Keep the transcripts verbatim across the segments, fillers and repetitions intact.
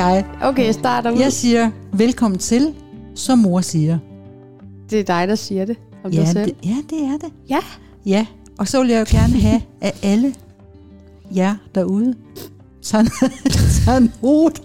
dig. Okay, starter ud. Jeg siger, velkommen til, som mor siger. Det er dig, der siger det om ja, dig selv. Det, ja, det er det. Ja. Ja, og så vil jeg jo gerne have, at alle jer derude tager, tager noter.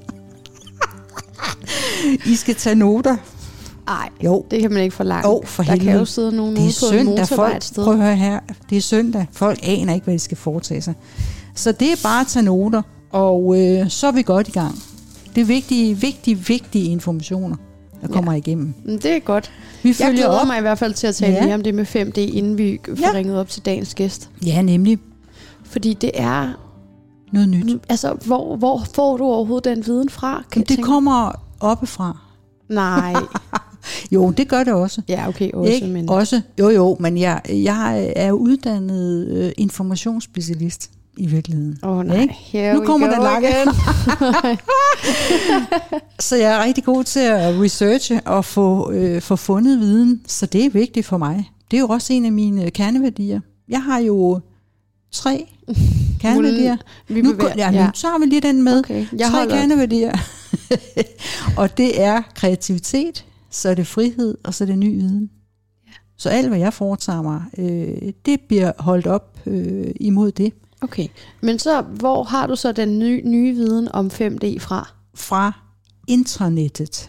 I skal tage noter. Nej, jo. Det kan man ikke forlange. Oh, for der helvede. kan jo sidde nogen ude på en motorvej et sted. Prøv at høre her. Det er søndag. Folk aner ikke, hvad de skal foretage sig. Så det er bare at tage noter, og øh, så er vi godt i gang. Det er vigtige, vigtige, vigtige informationer, der kommer ja. igennem. Det er godt. Vi jeg glæder op. mig i hvert fald til at tale ja. mere om det med fem D, inden vi får ja. ringet op til dagens gæst. Ja, nemlig. Fordi det er noget nyt. Altså, hvor, hvor får du overhovedet den viden fra? Kan det tænke? Kommer oppefra. Nej. Jo, det gør det også. Ja, okay, også. Ikke? Men... også. Jo, jo, men jeg, jeg er uddannet øh, informationsspecialist i virkeligheden. Åh oh, nej, nu kommer den lange. Så jeg er rigtig god til at researche og få, øh, få fundet viden, så det er vigtigt for mig. Det er jo også en af mine kerneværdier. Jeg har jo tre kerneværdier. Vi nu, ja, nu tager vi lige den med. Okay, jeg tre kerneværdier. Og det er kreativitet, så er det frihed, og så er det ny viden. Ja. Så alt, hvad jeg foretager mig, øh, det bliver holdt op øh, imod det. Okay, men så hvor har du så den nye, nye viden om fem D fra? Fra intranettet.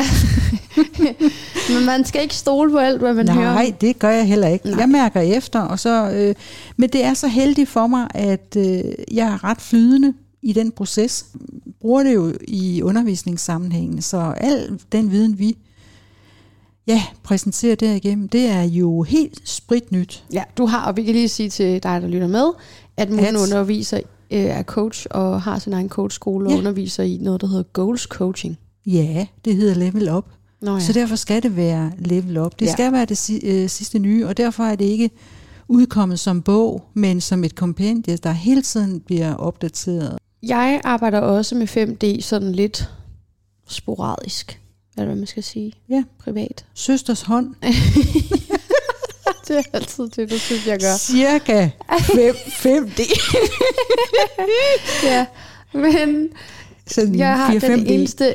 Men man skal ikke stole på alt, hvad man Nej, hører. Nej, det gør jeg heller ikke. Nej. Jeg mærker efter, og så, øh, men det er så heldigt for mig, at øh, jeg er ret flydende i den proces. Jeg bruger det jo i undervisningssammenhængen, så al den viden, vi ja, præsenterer derigennem, det er jo helt spritnyt. Ja, du har, og vi kan lige sige til dig, der lytter med, at Moon underviser, øh, er coach og har sin egen coachskole og ja. underviser i noget, der hedder Goals Coaching. Ja, det hedder Level Up. Nå, ja. Så derfor skal det være Level Up. Det ja. skal være det si- øh, sidste nye, og derfor er det ikke udkommet som bog, men som et kompendie, der hele tiden bliver opdateret. Jeg arbejder også med fem D sådan lidt sporadisk, eller hvad man skal sige. Ja. Privat. Søsters hånd. Det er altid det, du synes, jeg gør. Cirka fem D. Ja, men sådan jeg har fire, den eneste...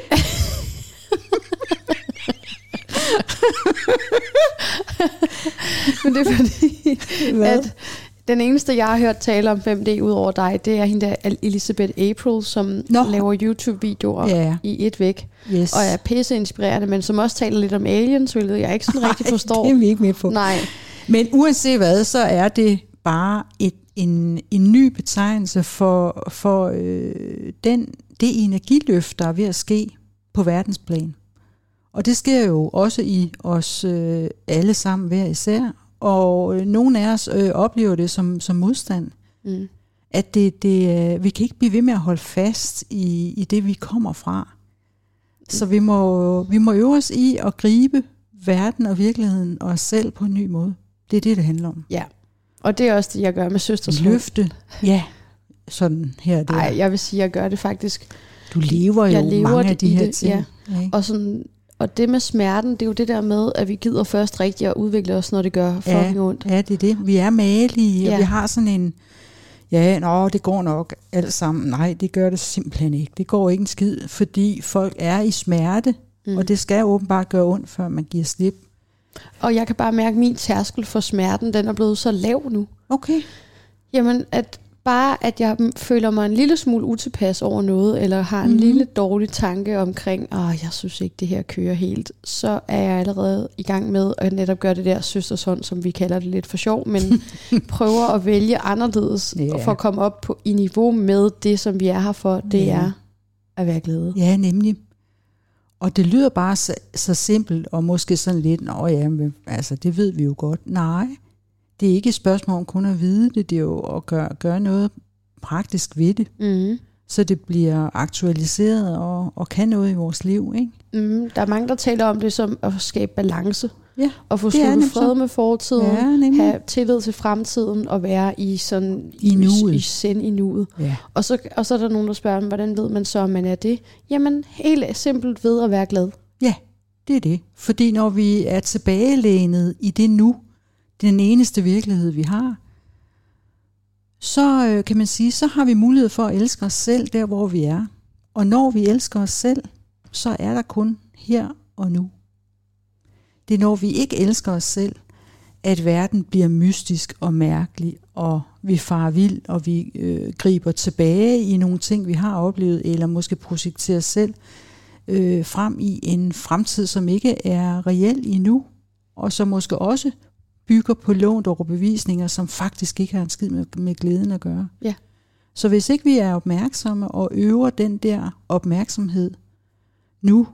Men det er fordi, Hvad? at den eneste, jeg har hørt tale om fem D ud over dig, det er hende der Elizabeth April, som Nå. laver YouTube-videoer yeah. i et væk. Yes. Og er pisse inspirerende, men som også taler lidt om aliens, hvilket jeg ikke sådan Nej, rigtig forstår. det er vi ikke med på. Nej. Men uanset hvad, så er det bare et, en, en ny betegnelse for, for øh, den, det energiløft, der er ved at ske på verdensplan. Og det sker jo også i os øh, alle sammen hver især. Og øh, nogle af os øh, oplever det som, som modstand. Mm. At det, det, øh, vi kan ikke blive ved med at holde fast i, i det, vi kommer fra. Mm. Så vi må, vi må øve os i at gribe verden og virkeligheden og os selv på en ny måde. Det er det, det handler om. Ja, og det er også det, jeg gør med søsters løfte. Ja, sådan her. Nej, jeg vil sige, jeg gør det faktisk. Du lever jo jeg lever mange af de her det, ting. Ja. Og, sådan, og det med smerten, det er jo det der med, at vi gider først rigtigt at udvikle os, når det gør fucking ja, ondt. Ja, det er det. Vi er malige, ja. og vi har sådan en, ja, nå, det går nok alt sammen. Nej, det gør det simpelthen ikke. Det går ikke en skid, fordi folk er i smerte, mm. og det skal åbenbart gøre ondt, før man giver slip. Og jeg kan bare mærke, at min tærskel for smerten, den er blevet så lav nu. Okay. Jamen, at bare at jeg føler mig en lille smule utilpas over noget, eller har en mm-hmm. lille dårlig tanke omkring, åh, jeg synes ikke, det her kører helt, så er jeg allerede i gang med at netop gøre det der søstershånd, som vi kalder det lidt for sjov, men prøver at vælge anderledes, yeah. for at komme op på, i niveau med det, som vi er her for, det yeah. er at være glade. Ja, nemlig. Og det lyder bare så, så simpelt, og måske sådan lidt, nå ja, men, altså det ved vi jo godt. Nej, det er ikke et spørgsmål om kun at vide det, det er jo at gøre, gøre noget praktisk ved det. Mm. Så det bliver aktualiseret og, og kan noget i vores liv, ikke? Mm, der er mange, der taler om det som at skabe balance. Ja, og få sluttet fred med fortiden, ja, have tillid til fremtiden og være i sådan i nuet. I, i sind i nuet. Ja. Og, så, og så er der nogen, der spørger, hvordan ved man så, om man er det? Jamen, helt simpelt ved at være glad. Ja, det er det. Fordi når vi er tilbagelænet i det nu, den eneste virkelighed, vi har, så øh, kan man sige, så har vi mulighed for at elske os selv der, hvor vi er. Og når vi elsker os selv, så er der kun her og nu. Det er når vi ikke elsker os selv, at verden bliver mystisk og mærkelig, og vi farer vild, og vi øh, griber tilbage i nogle ting, vi har oplevet, eller måske projekterer os selv øh, frem i en fremtid, som ikke er reel endnu, og som måske også bygger på lånt overbevisninger, som faktisk ikke har en skid med, med glæden at gøre. Ja. Så hvis ikke vi er opmærksomme og øver den der opmærksomhed nu,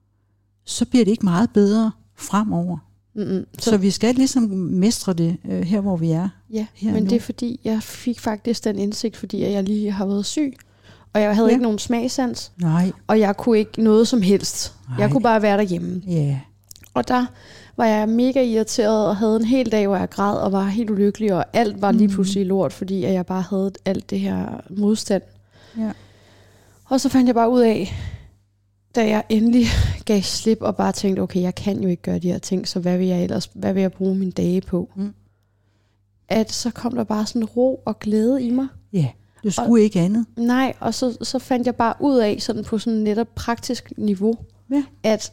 så bliver det ikke meget bedre fremover. Mm-mm. Så, så vi skal ligesom mestre det øh, her, hvor vi er. Ja, her men nu. det er fordi, jeg fik faktisk den indsigt, fordi jeg lige har været syg, og jeg havde ja. ikke nogen smagsans, Nej. og jeg kunne ikke noget som helst. Nej. Jeg kunne bare være derhjemme. Yeah. Og der var jeg mega irriteret, og havde en hel dag, hvor jeg græd, og var helt ulykkelig, og alt var lige pludselig lort, fordi jeg bare havde alt det her modstand. Ja. Og så fandt jeg bare ud af, da jeg endelig gav slip, og bare tænkte, okay, jeg kan jo ikke gøre de her ting, så hvad vil jeg ellers, hvad vil jeg bruge mine dage på? Mm. At så kom der bare sådan ro og glæde i mig. Ja, yeah. Du skulle og, ikke andet. Nej, og så, så fandt jeg bare ud af, sådan på sådan netop praktisk niveau, ja. at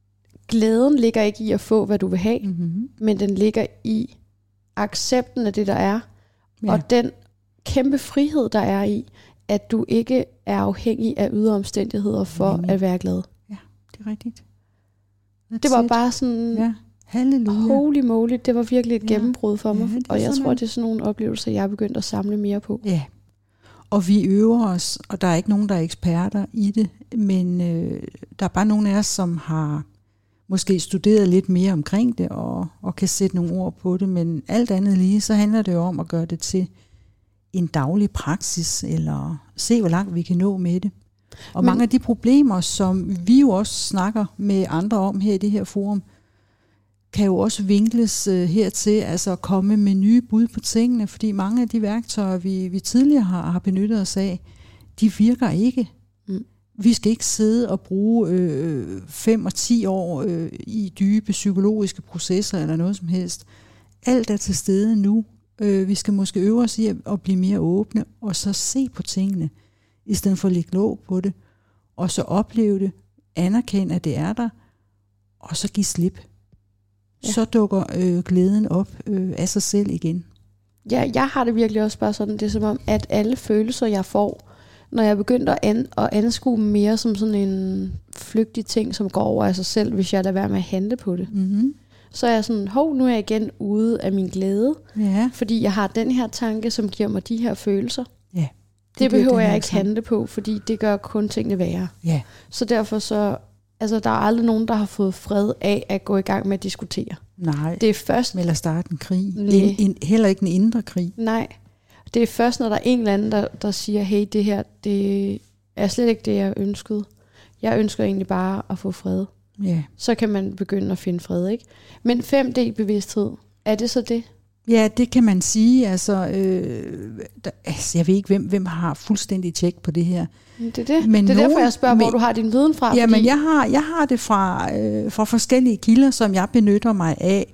glæden ligger ikke i at få, hvad du vil have, mm-hmm. men den ligger i accepten af det, der er, ja. og den kæmpe frihed, der er i, at du ikke er afhængig af ydre omstændigheder for mm. at være glad. Ja, det er rigtigt. That's det var it. bare sådan, ja. Halleluja. Holy moly, det var virkelig et ja. gennembrud for mig, ja, og jeg tror, det er sådan nogle oplevelser, jeg er begyndt at samle mere på. Ja, og vi øver os, og der er ikke nogen, der er eksperter i det, men øh, der er bare nogle af os, som har måske studeret lidt mere omkring det, og, og kan sætte nogle ord på det, men alt andet lige, så handler det jo om at gøre det til en daglig praksis, eller se, hvor langt vi kan nå med det. Og men, mange af de problemer, som vi jo også snakker med andre om her i det her forum, kan jo også vinkles uh, hertil, altså at komme med nye bud på tingene, fordi mange af de værktøjer, vi, vi tidligere har, har benyttet os af, de virker ikke. Mm. Vi skal ikke sidde og bruge øh, fem og ti år øh, i dybe psykologiske processer eller noget som helst. Alt er til stede nu. Øh, vi skal måske øve os i at, at blive mere åbne, og så se på tingene, i stedet for at lægge låg på det, og så opleve det, anerkende, at det er der, og så give slip. Ja. Så dukker øh, glæden op øh, af sig selv igen. Ja, jeg har det virkelig også bare sådan, det er som om, at alle følelser, jeg får, når jeg begynder at, an, at anskue mere som sådan en flygtig ting, som går over af sig selv, hvis jeg lader være med at handle på det. Mm-hmm. Så er jeg sådan, hov, nu er jeg igen ude af min glæde, ja. fordi jeg har den her tanke, som giver mig de her følelser. Ja. Det, det behøver jeg ikke sammen. handle på, fordi det gør kun tingene værre. Ja. Så derfor så, altså der er aldrig nogen, der har fået fred af at gå i gang med at diskutere. Nej, det er først, eller starte en krig. En, en, heller ikke en indre krig. Nej, det er først, når der er en eller anden, der, der siger, hey, det her, det er slet ikke det, jeg ønskede. Jeg ønsker egentlig bare at få fred. Ja. Så kan man begynde at finde fred, ikke? Men fem D-bevidsthed, er det så det? Ja, det kan man sige. Altså, øh, der, altså jeg ved ikke, hvem, hvem har fuldstændig tjek på det her. Det er, det. Men det er nogen, derfor, jeg spørger, men, hvor du har din viden fra. Ja, fordi... men jeg har, jeg har det fra, øh, fra forskellige kilder, som jeg benytter mig af.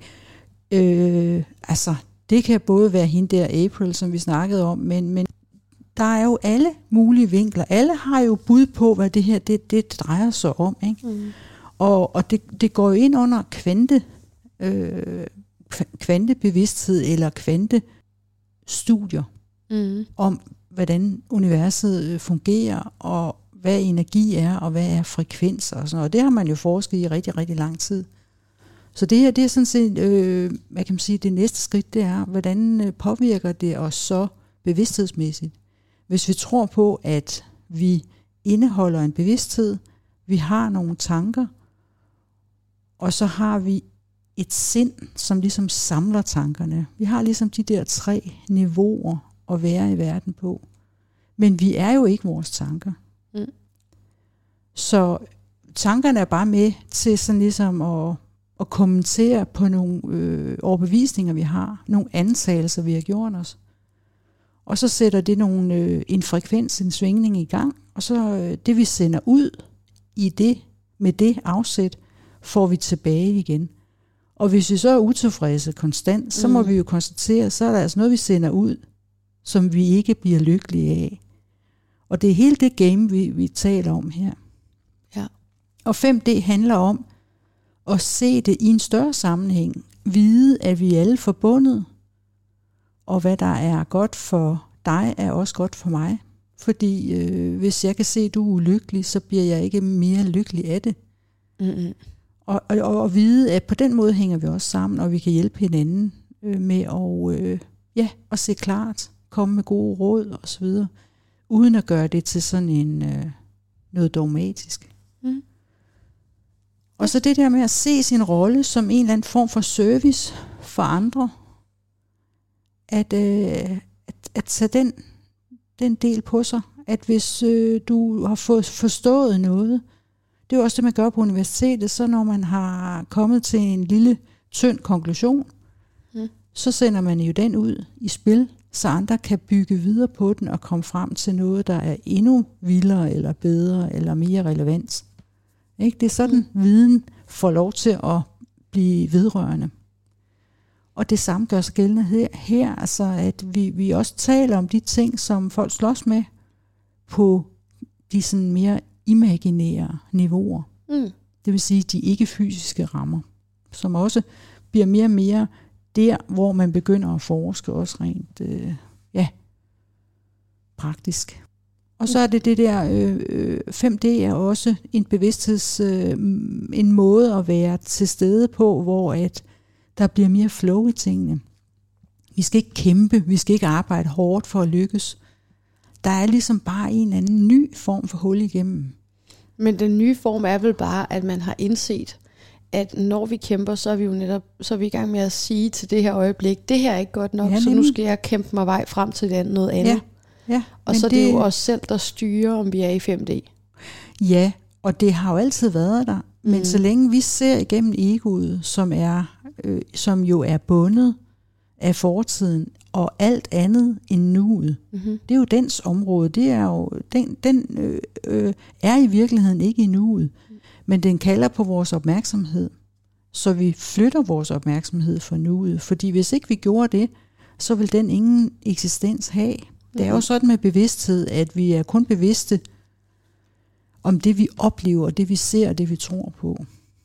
Øh, altså, det kan både være hende der April, som vi snakkede om, men, men der er jo alle mulige vinkler. Alle har jo bud på, hvad det her det, det drejer sig om. Ikke? Mm. Og, og det, det går jo ind under kvante, øh, kvantebevidsthed eller kvantestudier mm. om, hvordan universet fungerer, og hvad energi er, og hvad er frekvenser og sådan noget. Og det har man jo forsket i rigtig, rigtig lang tid. Så det her, det er sådan set, øh, hvad kan man sige, det næste skridt, det er, hvordan påvirker det os så bevidsthedsmæssigt? Hvis vi tror på, at vi indeholder en bevidsthed, vi har nogle tanker, og så har vi et sind, som ligesom samler tankerne. Vi har ligesom de der tre niveauer at være i verden på. Men vi er jo ikke vores tanker. Mm. Så tankerne er bare med til sådan ligesom at, at kommentere på nogle øh, overbevisninger, vi har. Nogle antagelser, vi har gjort os. Og så sætter det nogle, øh, en frekvens, en svingning i gang. Og så øh, det, vi sender ud i det, med det afsæt, får vi tilbage igen. Og hvis vi så er utilfredse konstant, så må mm. vi jo konstatere, så er der altså noget, vi sender ud, som vi ikke bliver lykkelige af. Og det er hele det game, vi, vi taler om her. Ja. Og fem D handler om at se det i en større sammenhæng. Vide, at vi er alle forbundet. Og hvad der er godt for dig, er også godt for mig. Fordi øh, hvis jeg kan se, at du er ulykkelig, så bliver jeg ikke mere lykkelig af det. Mm-hmm. Og, og, og vide, at på den måde hænger vi også sammen, og vi kan hjælpe hinanden øh, med at, øh, ja, at se klart, komme med gode råd og så videre, uden at gøre det til sådan en øh, noget dogmatisk. Mm. Og så det der med at se sin rolle som en eller anden form for service for andre, at, øh, at, at tage den, den del på sig, at hvis øh, du har fået forstået noget, det er jo også det, man gør på universitetet, så når man har kommet til en lille, tynd konklusion, mm. så sender man jo den ud i spil, så andre kan bygge videre på den og komme frem til noget, der er endnu vildere, eller bedre, eller mere relevant. Ikke? Det er sådan, mm. viden får lov til at blive vedrørende. Og det samme gør sig gældende her, her altså at vi, vi også taler om de ting, som folk slås med på de sådan mere imaginære niveauer. Mm. Det vil sige de ikke-fysiske rammer, som også bliver mere og mere der, hvor man begynder at forske også rent øh, ja, praktisk. Og så er det det der, øh, fem D er også en bevidstheds, øh, en måde at være til stede på, hvor at der bliver mere flow i tingene. Vi skal ikke kæmpe, vi skal ikke arbejde hårdt for at lykkes. Der er ligesom bare en eller anden ny form for hul igennem. Men den nye form er vel bare, at man har indset, at når vi kæmper, så er vi jo netop så er vi i gang med at sige til det her øjeblik, det her er ikke godt nok, ja, så nu skal jeg kæmpe mig vej frem til det andet, noget andet. Ja, ja, og så det, det er jo os selv, der styrer, om vi er i fem D. Ja, og det har jo altid været der. Men mm. så længe vi ser igennem egoet, som, er, øh, som jo er bundet af fortiden, og alt andet end nuet, mm-hmm. det er jo dens område. Det er jo, den den øh, øh, er i virkeligheden ikke i nuet, mm. men den kalder på vores opmærksomhed. Så vi flytter vores opmærksomhed fra nuet. Fordi hvis ikke vi gjorde det, så vil den ingen eksistens have. Mm-hmm. Det er jo sådan med bevidsthed, at vi er kun bevidste om det, vi oplever, det vi ser, og det vi tror på.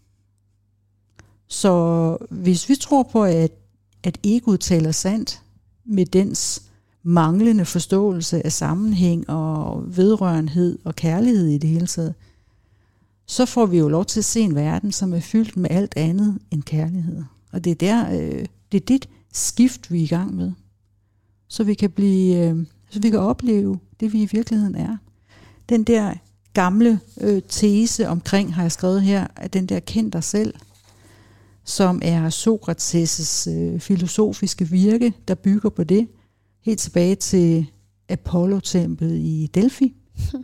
Så hvis vi tror på, at, at egoet taler sandt med dens manglende forståelse af sammenhæng og vedrørenhed og kærlighed i det hele taget, så får vi jo lov til at se en verden, som er fyldt med alt andet end kærlighed. Og det er der, øh, det er det skift, vi er i gang med. Så vi kan blive, øh, så vi kan opleve det, vi i virkeligheden er. Den der gamle øh, tese omkring, har jeg skrevet her, at den der kend dig selv, som er Sokrates' øh, filosofiske virke, der bygger på det, helt tilbage til Apollo-templet i Delphi.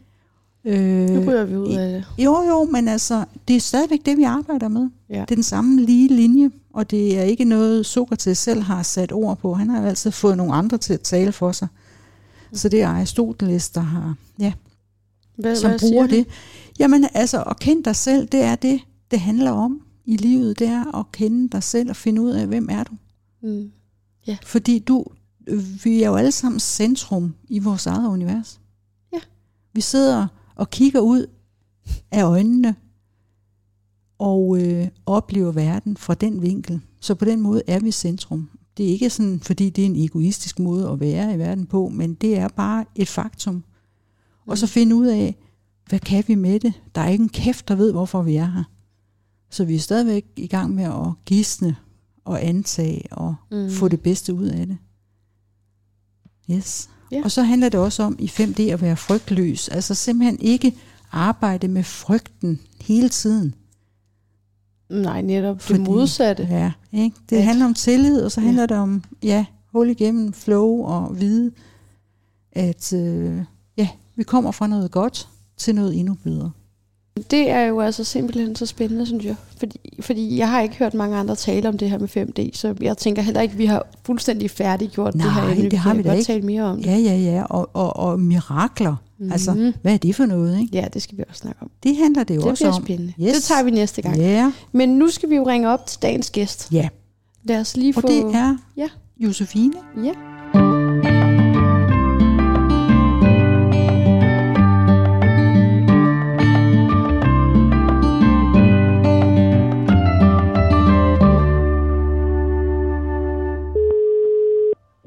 øh, nu ryger vi ud af det. Jo, jo, men altså, det er stadigvæk det, vi arbejder med. Ja. Det er den samme lige linje, og det er ikke noget, Sokrates selv har sat ord på. Han har jo altid fået nogle andre til at tale for sig. Mm. Så det er Aristoteles, der har, ja, Hvad, som hvad bruger det. Jamen altså, at kende dig selv, det er det, det handler om i livet. Det er at kende dig selv og finde ud af, hvem er du. Mm. Yeah. Fordi du, vi er jo alle sammen centrum i vores eget univers. Ja. Vi sidder og kigger ud af øjnene og øh, oplever verden fra den vinkel. Så på den måde er vi centrum. Det er ikke sådan, fordi det er en egoistisk måde at være i verden på, men det er bare et faktum. Og så finde ud af, hvad kan vi med det? Der er ikke en kæft, der ved, hvorfor vi er her. Så vi er stadigvæk i gang med at gisne og antage og mm. få det bedste ud af det. Yes. Yeah. Og så handler det også om i fem D at være frygtløs. Altså simpelthen ikke arbejde med frygten hele tiden. Nej, netop Fordi, det modsatte. Ja, ikke? Det at, handler om tillid, og så handler ja. det om, ja, hul igennem, flow og vide, at øh, ja, vi kommer fra noget godt til noget endnu bedre. Det er jo altså simpelthen så spændende, synes jeg. Fordi, fordi jeg har ikke hørt mange andre tale om det her med fem D, så jeg tænker heller ikke, at vi har fuldstændig færdiggjort Nej, det her emne. det har vi, vi da ikke. Tale mere om det. Ja, ja, ja. Og, og, og mirakler. Mm-hmm. Altså, hvad er det for noget, ikke? Ja, det skal vi også snakke om. Det handler det jo det også om. Det bliver spændende. Yes. Det tager vi næste gang. Yeah. Men nu skal vi jo ringe op til dagens gæst. Ja. Lad os lige og få... Og det er ja. Josefine. Ja.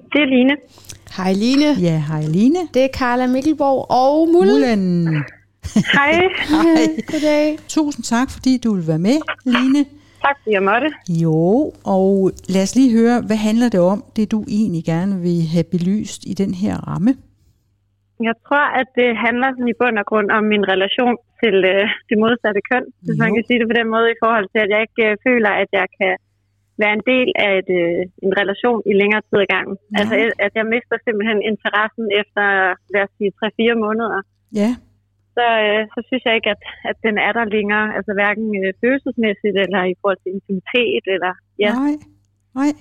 Det er Line. Hej Line. Ja, hej Line. Det er Carla Mikkelborg og Mullen. Mullen. Hej. Hej. Goddag. Tusind tak, fordi du vil være med, Line. Tak, fordi jeg måtte. Jo, og lad os lige høre, hvad handler det om, det du egentlig gerne vil have belyst i den her ramme? Jeg tror, at det handler sådan i bund og grund om min relation til øh, det modsatte køn, hvis jo. Man kan sige det på den måde, i forhold til, at jeg ikke øh, føler, at jeg kan være en del af et, øh, en relation i længere tid ad gangen. Ja. Altså, at jeg mister simpelthen interessen efter, lad os sige, tre-fire måneder. Ja. Så, øh, så synes jeg ikke, at, at den er der længere, altså hverken øh, følelsesmæssigt, eller i forhold til intimitet, eller ja. Nej, nej.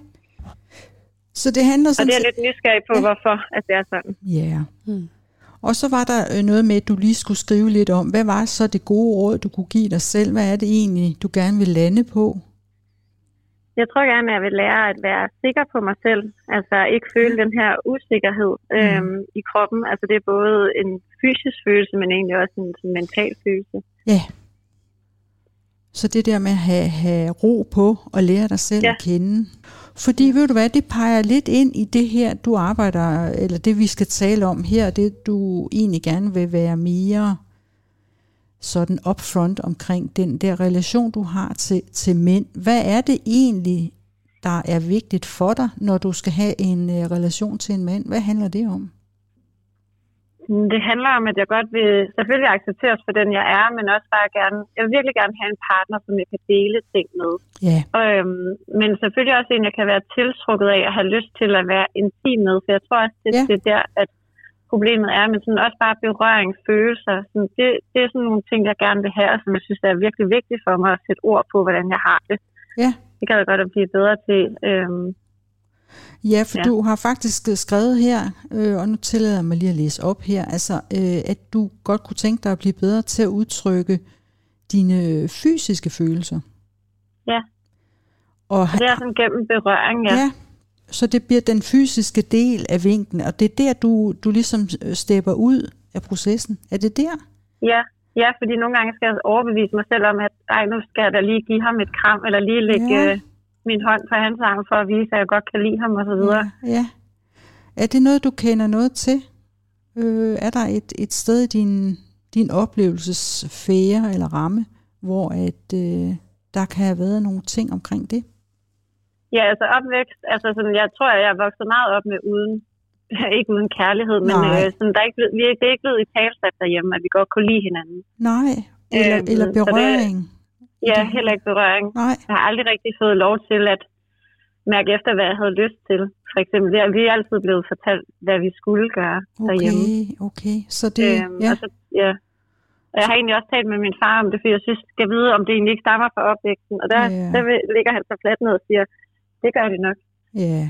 Så det handler sådan... Og det er lidt nysgerrig på, ja. Hvorfor at det er sådan. Ja. Yeah. Hmm. Og så var der noget med, at du lige skulle skrive lidt om, hvad var så det gode råd, du kunne give dig selv? Hvad er det egentlig, du gerne vil lande på? Jeg tror gerne, at jeg vil lære at være sikker på mig selv. Altså ikke føle den her usikkerhed øhm, mm. i kroppen. Altså det er både en fysisk følelse, men egentlig også en, en mental følelse. Ja. Så det der med at have, have ro på og lære dig selv ja. At kende. Fordi ved du hvad, det peger lidt ind i det her, du arbejder, eller det vi skal tale om her, det du egentlig gerne vil være mere sådan upfront omkring den der relation, du har til, til mænd. Hvad er det egentlig, der er vigtigt for dig, når du skal have en uh, relation til en mand? Hvad handler det om? Det handler om, at jeg godt vil selvfølgelig accepteres for den, jeg er, men også bare gerne, jeg vil virkelig gerne have en partner, som jeg kan dele ting med. Ja. Øhm, men selvfølgelig også en, jeg kan være tiltrukket af og have lyst til at være intim med, for jeg tror også, det, ja. Det er der, at problemet er, men sådan også bare berøring, følelser. Sådan, det, det er sådan nogle ting, jeg gerne vil have, som jeg synes er virkelig vigtigt for mig at sætte ord på, hvordan jeg har det. Ja. Det kan jeg godt at blive bedre til. Øhm, Ja, for ja. Du har faktisk skrevet her, øh, og nu tillader jeg mig lige at læse op her, altså øh, at du godt kunne tænke dig at blive bedre til at udtrykke dine fysiske følelser. Ja, og det er sådan gennem berøring, ja. Ja, så det bliver den fysiske del af vinklen, og det er der, du, du ligesom stepper ud af processen. Er det der? Ja, ja, fordi nogle gange skal jeg overbevise mig selv om, at ej, nu skal jeg da lige give ham et kram, eller lige lægge... Ja. min hånd på hans arm for at vise, at jeg godt kan lide ham og så videre. Ja, ja. Er det noget, du kender noget til? Øh, er der et, et sted i din, din oplevelsessfære eller ramme, hvor at, øh, der kan have været nogle ting omkring det? Ja, altså opvækst, altså sådan, jeg tror, at jeg er vokset meget op med uden, ikke uden kærlighed, men øh, sådan, der er ikke, vi, det er ikke blevet i talsat derhjemme, at vi godt kunne lide hinanden. Nej, eller, øhm, eller berøring. Ja, heller ikke berøring. Nej. Jeg har aldrig rigtig fået lov til at mærke efter, hvad jeg havde lyst til. For eksempel, vi er altid blevet fortalt, hvad vi skulle gøre derhjemme. Okay, okay. Så det, øhm, ja. Og så, ja. Og jeg har egentlig også talt med min far om det, fordi jeg synes, skal vide, om det egentlig ikke stammer fra opvæksten. Og der, ja. der ligger han så fladt ned og siger, det gør det nok. Ja.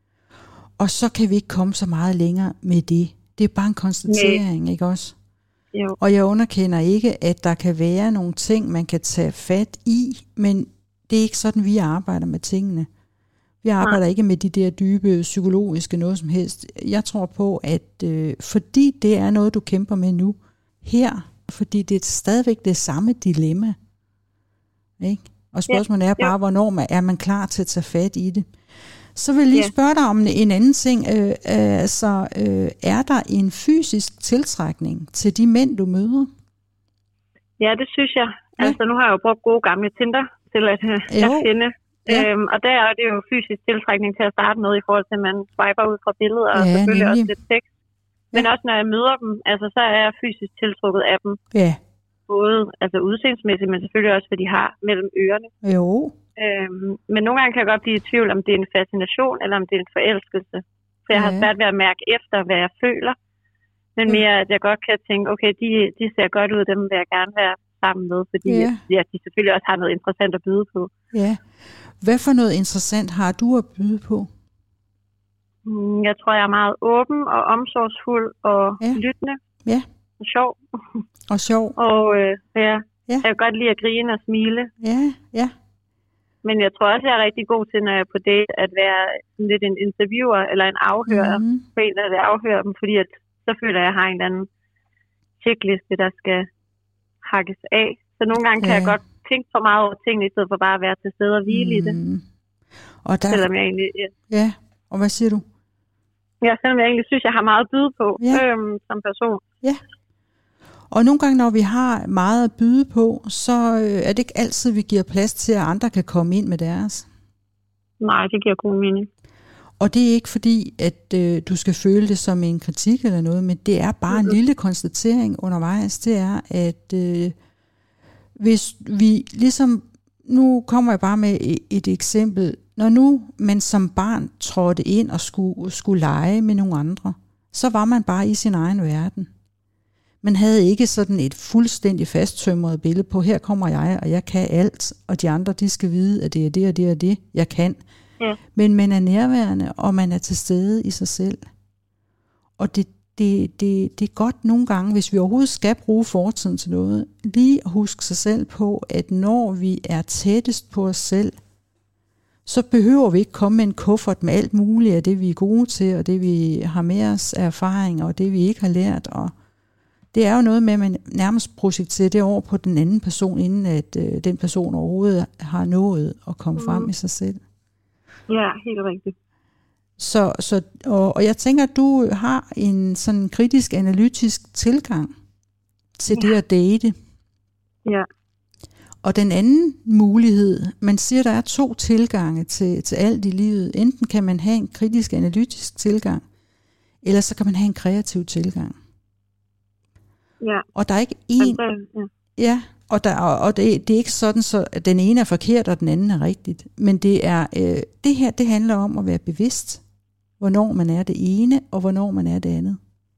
Og så kan vi ikke komme så meget længere med det. Det er bare en konstatering, Nej. Ikke også? Jo. Og jeg underkender ikke, at der kan være nogle ting, man kan tage fat i, men det er ikke sådan, vi arbejder med tingene. Vi arbejder Nej. Ikke med de der dybe psykologiske noget som helst. Jeg tror på, at øh, fordi det er noget, du kæmper med nu, her, fordi det er stadigvæk det samme dilemma. Ikke? Og spørgsmålet er bare, ja. Hvornår man, er man klar til at tage fat i det. Så vil jeg lige ja. Spørge dig om en anden ting. Øh, øh, altså, øh, er der en fysisk tiltrækning til de mænd, du møder? Ja, det synes jeg. Ja. Altså, nu har jeg jo brugt gode gamle Tinder til at, at finde. Ja. Øhm, og der er det jo fysisk tiltrækning til at starte med, i forhold til, at man swiper ud fra billeder, og ja, selvfølgelig nemlig. Også lidt tekst. Men ja. Også når jeg møder dem, altså, så er jeg fysisk tiltrukket af dem. Ja. Både altså, udseendsmæssigt, men selvfølgelig også, hvad de har mellem ørerne. Jo. Øhm, men nogle gange kan jeg godt blive i tvivl, om det er en fascination, eller om det er en forelskelse. For jeg ja. Har svært ved at mærke efter, hvad jeg føler. Men ja. Mere, at jeg godt kan tænke, okay, de, de ser godt ud, dem vil jeg gerne være sammen med, fordi ja. Ja, de selvfølgelig også har noget interessant at byde på. Ja. Hvad for noget interessant har du at byde på? Jeg tror, jeg er meget åben og omsorgsfuld og ja. Lyttende. Ja. Og sjov. Og sjov. Og øh, ja, ja, jeg kan godt lide at grine og smile. Ja, ja. Men jeg tror også, jeg er rigtig god til, når jeg er på date, at være lidt en interviewer eller en afhører. Mm. På en, der vil afhøre dem, fordi at, så føler jeg, at jeg har en eller anden checkliste, der skal hakkes af. Så nogle gange ja. Kan jeg godt tænke for meget over tingene, i stedet for bare at være til stede og hvile mm. i det. Og der... Selvom jeg egentlig... Ja. ja, og hvad siger du? Ja, selvom jeg egentlig synes, jeg har meget at byde på ja. øhm, som person. Ja. Og nogle gange, når vi har meget at byde på, så øh, er det ikke altid, vi giver plads til, at andre kan komme ind med deres. Nej, det giver god mening. Og det er ikke fordi, at øh, du skal føle det som en kritik eller noget, men det er bare mm-hmm. en lille konstatering undervejs. Det er, at øh, hvis vi ligesom, nu kommer jeg bare med et, et eksempel, når nu man som barn trådte ind og skulle, skulle lege med nogle andre, så var man bare i sin egen verden. Man havde ikke sådan et fuldstændig fasttømret billede på, her kommer jeg, og jeg kan alt, og de andre, de skal vide, at det er det og det og det, jeg kan. Ja. Men man er nærværende, og man er til stede i sig selv. Og det, det, det, det er godt nogle gange, hvis vi overhovedet skal bruge fortiden til noget, lige at huske sig selv på, at når vi er tættest på os selv, så behøver vi ikke komme med en kuffert med alt muligt af det, vi er gode til, og det, vi har med os af erfaringer, og det, vi ikke har lært. Og det er jo noget med, at man nærmest projekterer det over på den anden person, inden at øh, den person overhovedet har nået at komme mm. frem i sig selv. Ja, helt rigtigt. Så, så, og, og jeg tænker, at du har en sådan kritisk, analytisk tilgang til ja. det at date. Ja. Og den anden mulighed, man siger, at der er to tilgange til, til alt i livet. Enten kan man have en kritisk, analytisk tilgang, eller så kan man have en kreativ tilgang. Ja. Og der er ikke én... Ja. ja, og, der, og det, det er ikke sådan, så at den ene er forkert, og den anden er rigtigt. Men det er øh, det her, det handler om at være bevidst, hvornår man er det ene, og hvornår man er det andet.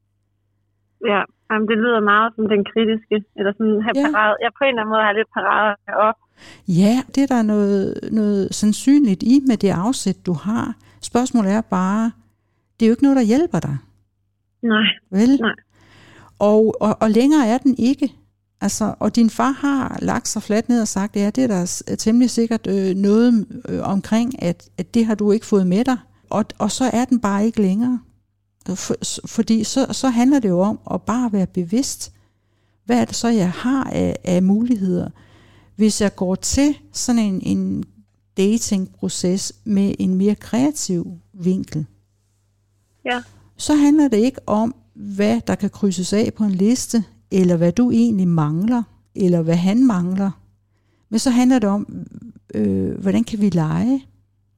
Ja, jamen, det lyder meget som den kritiske, eller sådan have ja. parade. Jeg på en eller anden måde har lidt parade op. Ja, det er der noget, noget sandsynligt i med det afsæt, du har. Spørgsmålet er bare, det er jo ikke noget, der hjælper dig. Nej. Vel? Nej. Og, og, og længere er den ikke. Altså, og din far har lagt sig fladt ned og sagt, ja, det er der temmelig sikkert øh, noget øh, omkring, at, at det har du ikke fået med dig. Og, og så er den bare ikke længere. For, fordi så, så handler det jo om at bare være bevidst. Hvad er det så, jeg har af, af muligheder? Hvis jeg går til sådan en, en datingproces med en mere kreativ vinkel, ja. så handler det ikke om, hvad der kan krydses af på en liste, eller hvad du egentlig mangler, eller hvad han mangler. Men så handler det om, øh, hvordan kan vi lege?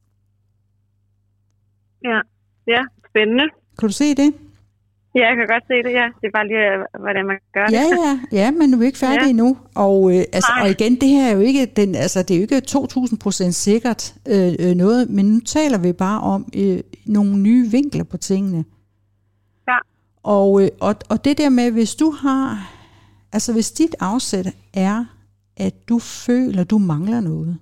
Ja, ja, spændende. Kan du se det? Ja, jeg kan godt se det, ja. Det er bare lige, hvordan man gør det. Ja, ja, ja, men du er ikke færdig ja. endnu. Og, øh, altså, og igen, det her er jo ikke, den, altså, det er jo ikke to tusind procent sikkert øh, noget, men nu taler vi bare om øh, nogle nye vinkler på tingene. Ja. Og, øh, og, og det der med, hvis du har, altså hvis dit afsæt er, at du føler, du mangler noget.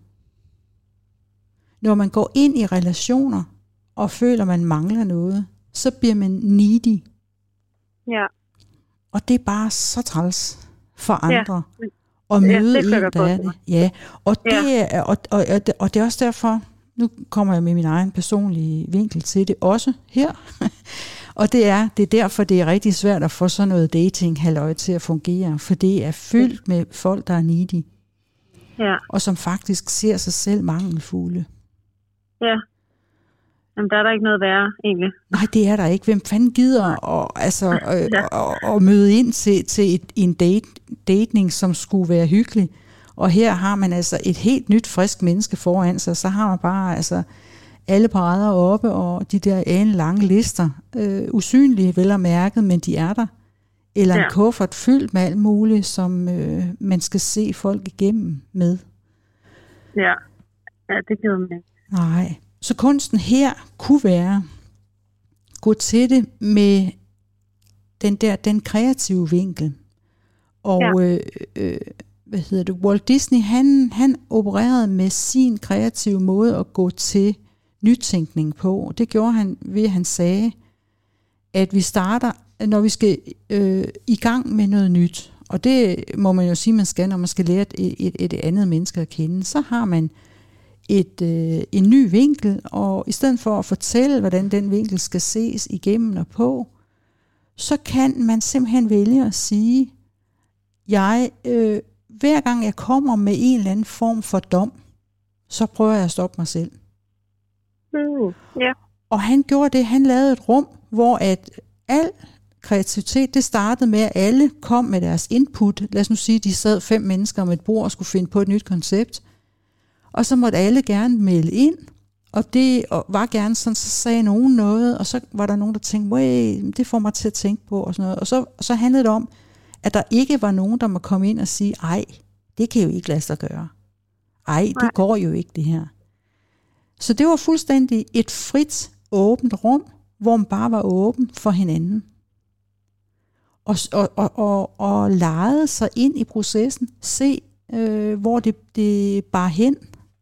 Når man går ind i relationer, og føler, man mangler noget, så bliver man needy. Ja. Og det er bare så træls for andre ja. at møde ja, en, der er det. Ja, og det, ja. er, og, og, og, det, og det er også derfor, nu kommer jeg med min egen personlige vinkel til det også her. Og det er, det er derfor, det er rigtig svært at få sådan noget dating-halløj til at fungere, for det er fyldt med folk, der er needy. Ja. Og som faktisk ser sig selv mangelfulde. Ja. Jamen, der er der ikke noget værre, egentlig. Nej, det er der ikke. Hvem fanden gider at, altså, øh, ja. at, at møde ind til, til et, en date, dating, som skulle være hyggelig? Og her har man altså et helt nyt, frisk menneske foran sig. Så har man bare altså, alle parader oppe, og de der ane lange lister. Øh, usynlige, vel og mærket, men de er der. Eller en ja. kuffert fyldt med alt muligt, som øh, man skal se folk igennem med. Ja, ja det gider man ikke. Nej. Så kunsten her kunne være gå til det med den der den kreative vinkel. Og ja. øh, øh, hvad hedder det? Walt Disney, han han opererede med sin kreative måde at gå til nytænkning på. Det gjorde han ved at han sagde, at vi starter, når vi skal øh, i gang med noget nyt. Og det må man jo sige, man skal, når man skal lære et, et, et andet menneske at kende. Så har man Et, øh, en ny vinkel, og i stedet for at fortælle, hvordan den vinkel skal ses igennem og på, så kan man simpelthen vælge at sige, jeg, øh, hver gang jeg kommer med en eller anden form for dom, så prøver jeg at stoppe mig selv. Mm, yeah. Og han gjorde det, han lavede et rum, hvor at al kreativitet, det startede med, at alle kom med deres input. Lad os nu sige, at de sad fem mennesker om et bord og skulle finde på et nyt koncept. Og så måtte alle gerne melde ind, og det var gerne sådan, så sagde nogen noget, og så var der nogen, der tænkte, wey, det får mig til at tænke på, og sådan noget. Og så, og så handlede det om, at der ikke var nogen, der må komme ind og sige, ej, det kan jo ikke lade sig gøre. Ej, det går jo ikke, det her. Så det var fuldstændig et frit, åbent rum, hvor man bare var åben for hinanden. Og, og, og, og, og legede sig ind i processen, se, øh, hvor det, det bar hen.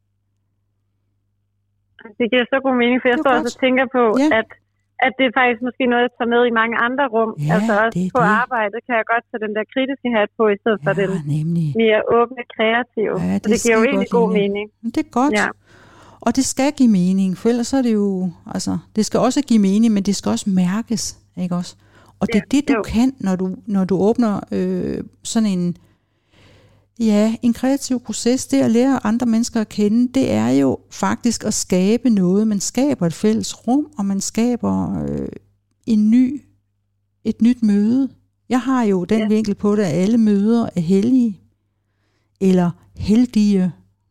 Det giver så god mening, for jeg står også og tænker på, ja. at, at det er faktisk måske noget, jeg tager med i mange andre rum. Ja, altså også på det. Arbejdet kan jeg godt tage den der kritiske hat på, i stedet ja, for den nemlig. mere åbne, kreative. Ja, det, det giver jo egentlig god mening. Det er godt. Ja. Og det skal give mening, for ellers er det jo, altså, det skal også give mening, men det skal også mærkes, ikke også? Og det er ja, det, du jo. kan, når du, når du åbner øh, sådan en, ja, en kreativ proces, det at lære andre mennesker at kende, det er jo faktisk at skabe noget. Man skaber et fælles rum, og man skaber øh, en ny, et nyt møde. Jeg har jo den ja. vinkel på det, at alle møder er hellige, eller heldige.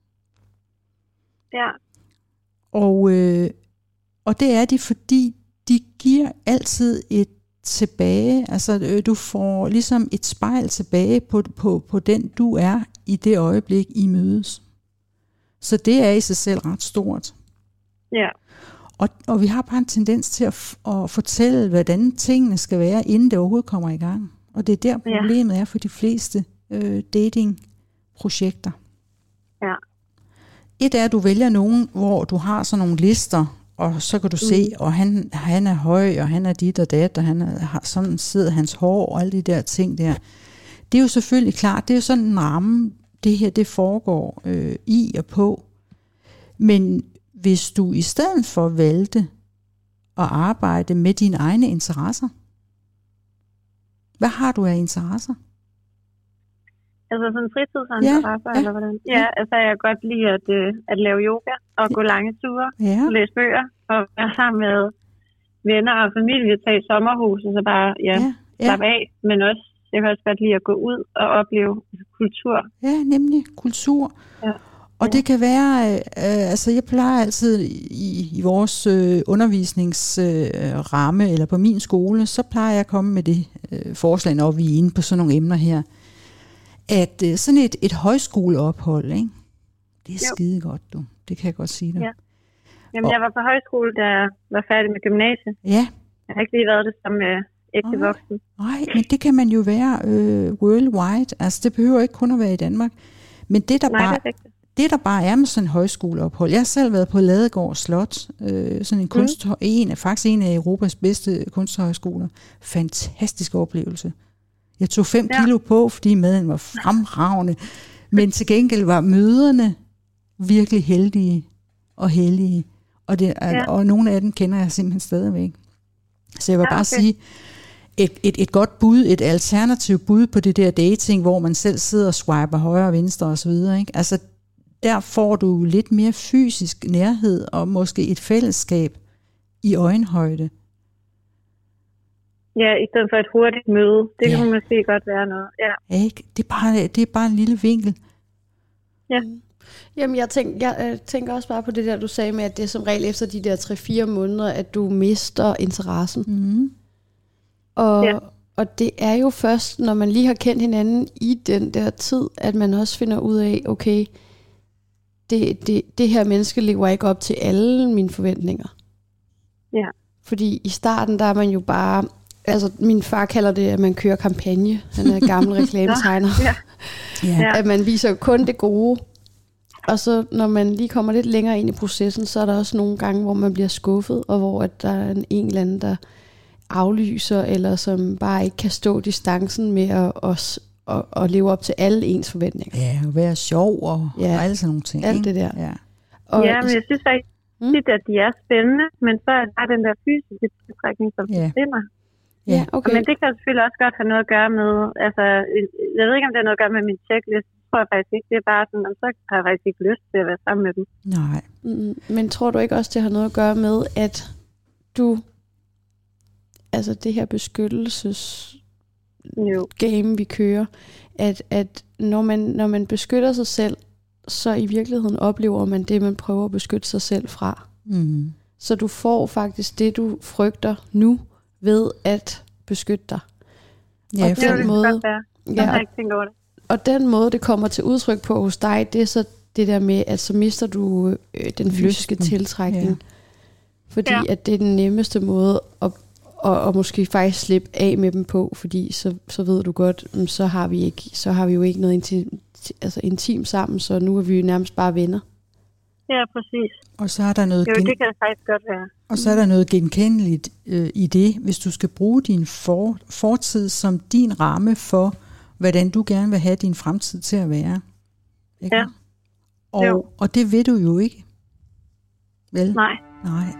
Ja. Og, øh, og det er de, fordi de giver altid et tilbage, altså du får ligesom et spejl tilbage på, på, på den du er i det øjeblik I mødes. Så det er i sig selv ret stort. Ja. Og, og vi har bare en tendens til at, f- at fortælle, hvordan tingene skal være, inden det overhovedet kommer i gang. Og det er der problemet ja. er for de fleste øh, datingprojekter. Ja. Et er, at du vælger nogen, hvor du har sådan nogle lister, og så kan du mm. se, og han, han er høj, og han er dit og dat, og han er, sådan sidder hans hår, og alle de der ting der. Det er jo selvfølgelig klart, det er jo sådan en ramme, det her det foregår øh, i og på. Men hvis du i stedet for valgte at arbejde med dine egne interesser, hvad har du af interesser? Altså sådan fritidsinteresser, ja, ja, eller hvordan? Ja, ja, altså jeg kan godt lide at, øh, at lave yoga og gå lange ture, ja. læse bøger og være sammen med venner og familie, tage i sommerhus og så bare ja, ja, ja. slappe af, men også, jeg kan også godt lide at gå ud og opleve kultur. Ja, nemlig kultur. Ja. Og det kan være, øh, altså jeg plejer altid i, i vores øh, undervisningsramme, øh, eller på min skole, så plejer jeg at komme med det øh, forslag, når vi er inde på sådan nogle emner her, at øh, sådan et, et højskoleophold, ikke? Det er jo. skide godt, du. Det kan jeg godt sige dig. Ja. Jamen, og, jeg var på højskole, da jeg var færdig med gymnasiet. Ja. Jeg har ikke lige været det som øh, ægte voksen. Nej, men det kan man jo være øh, worldwide. Altså, det behøver ikke kun at være i Danmark. Men det, der, Nej, bare, det, er det, der bare er med sådan en højskoleophold. Jeg har selv været på Ladegård Slot. Øh, sådan en kunst, mm. en, faktisk en af Europas bedste kunsthøjskoler. Fantastisk oplevelse. Jeg tog fem ja. kilo på, fordi maden var fremragende. Men til gengæld var møderne virkelig heldige og heldige. Og, det, ja. og nogle af dem kender jeg simpelthen stadigvæk. Så jeg vil ja, okay. bare sige, et, et, et godt bud, et alternativt bud på det der dating, hvor man selv sidder og swiper højre og venstre osv. Altså, der får du lidt mere fysisk nærhed og måske et fællesskab i øjenhøjde. Ja, i stedet for et hurtigt møde. Det ja. kan måske godt være noget. Ja. Ja, det, er bare, det er bare en lille vinkel. Ja. Jamen, jeg, tænk, jeg øh, tænker også bare på det der, du sagde med, at det er som regel efter de der tre fire måneder, at du mister interessen. Mm. Og, ja. og det er jo først, når man lige har kendt hinanden i den der tid, at man også finder ud af, okay, det, det, det her menneske lever ikke op til alle mine forventninger. Ja. Fordi i starten, der er man jo bare... Altså, min far kalder det, at man kører kampagne. Han er gammel reklametegner. ja. Ja. At man viser kun det gode. Og så, når man lige kommer lidt længere ind i processen, så er der også nogle gange, hvor man bliver skuffet, og hvor at der er en, en eller anden, der aflyser, eller som bare ikke kan stå distancen med at, at, at, at leve op til alle ens forventninger. Ja, at være sjov og, ja. og alle sådan nogle ting. Alt ikke? det der. Ja, og, ja men jeg synes faktisk, mm. at de er spændende, men så er der den der fysiske tiltrækning, som ja. forsvinder. Ja, okay. Men det kan selvfølgelig også godt have noget at gøre med, altså, jeg ved ikke, om det har noget at gøre med min checklist. Det tror jeg faktisk ikke. Det er bare sådan, så har jeg faktisk ikke lyst til at være sammen med dem. Nej. Mm, men tror du ikke også, det har noget at gøre med, at du altså det her beskyttelses Jo. game, vi kører, at, at når, man, når man beskytter sig selv, så i virkeligheden oplever man det, man prøver at beskytte sig selv fra. Mm. Så du får faktisk det, du frygter nu, ved at beskytte dig. Ja, og Det er den jo måde, godt være. Jeg ja, har og, ikke tænkt over det. og den måde, det kommer til udtryk på hos dig, det er så det der med, at så mister du øh, den fysiske Lysten. tiltrækning. Ja. Fordi Ja. at det er den nemmeste måde at, at, at måske faktisk slippe af med dem på, fordi så, så ved du godt, mm, så har vi ikke, så har vi jo ikke noget intim, altså intim sammen, så nu er vi jo nærmest bare venner. Ja, præcis. Og så er der noget, Jo, gen- det kan det faktisk godt være. og så er der noget genkendeligt øh, i det, hvis du skal bruge din for- fortid som din ramme for, hvordan du gerne vil have din fremtid til at være. Ikke? Ja. Og, Jo. og det ved du jo ikke. Vel? Nej. Nej.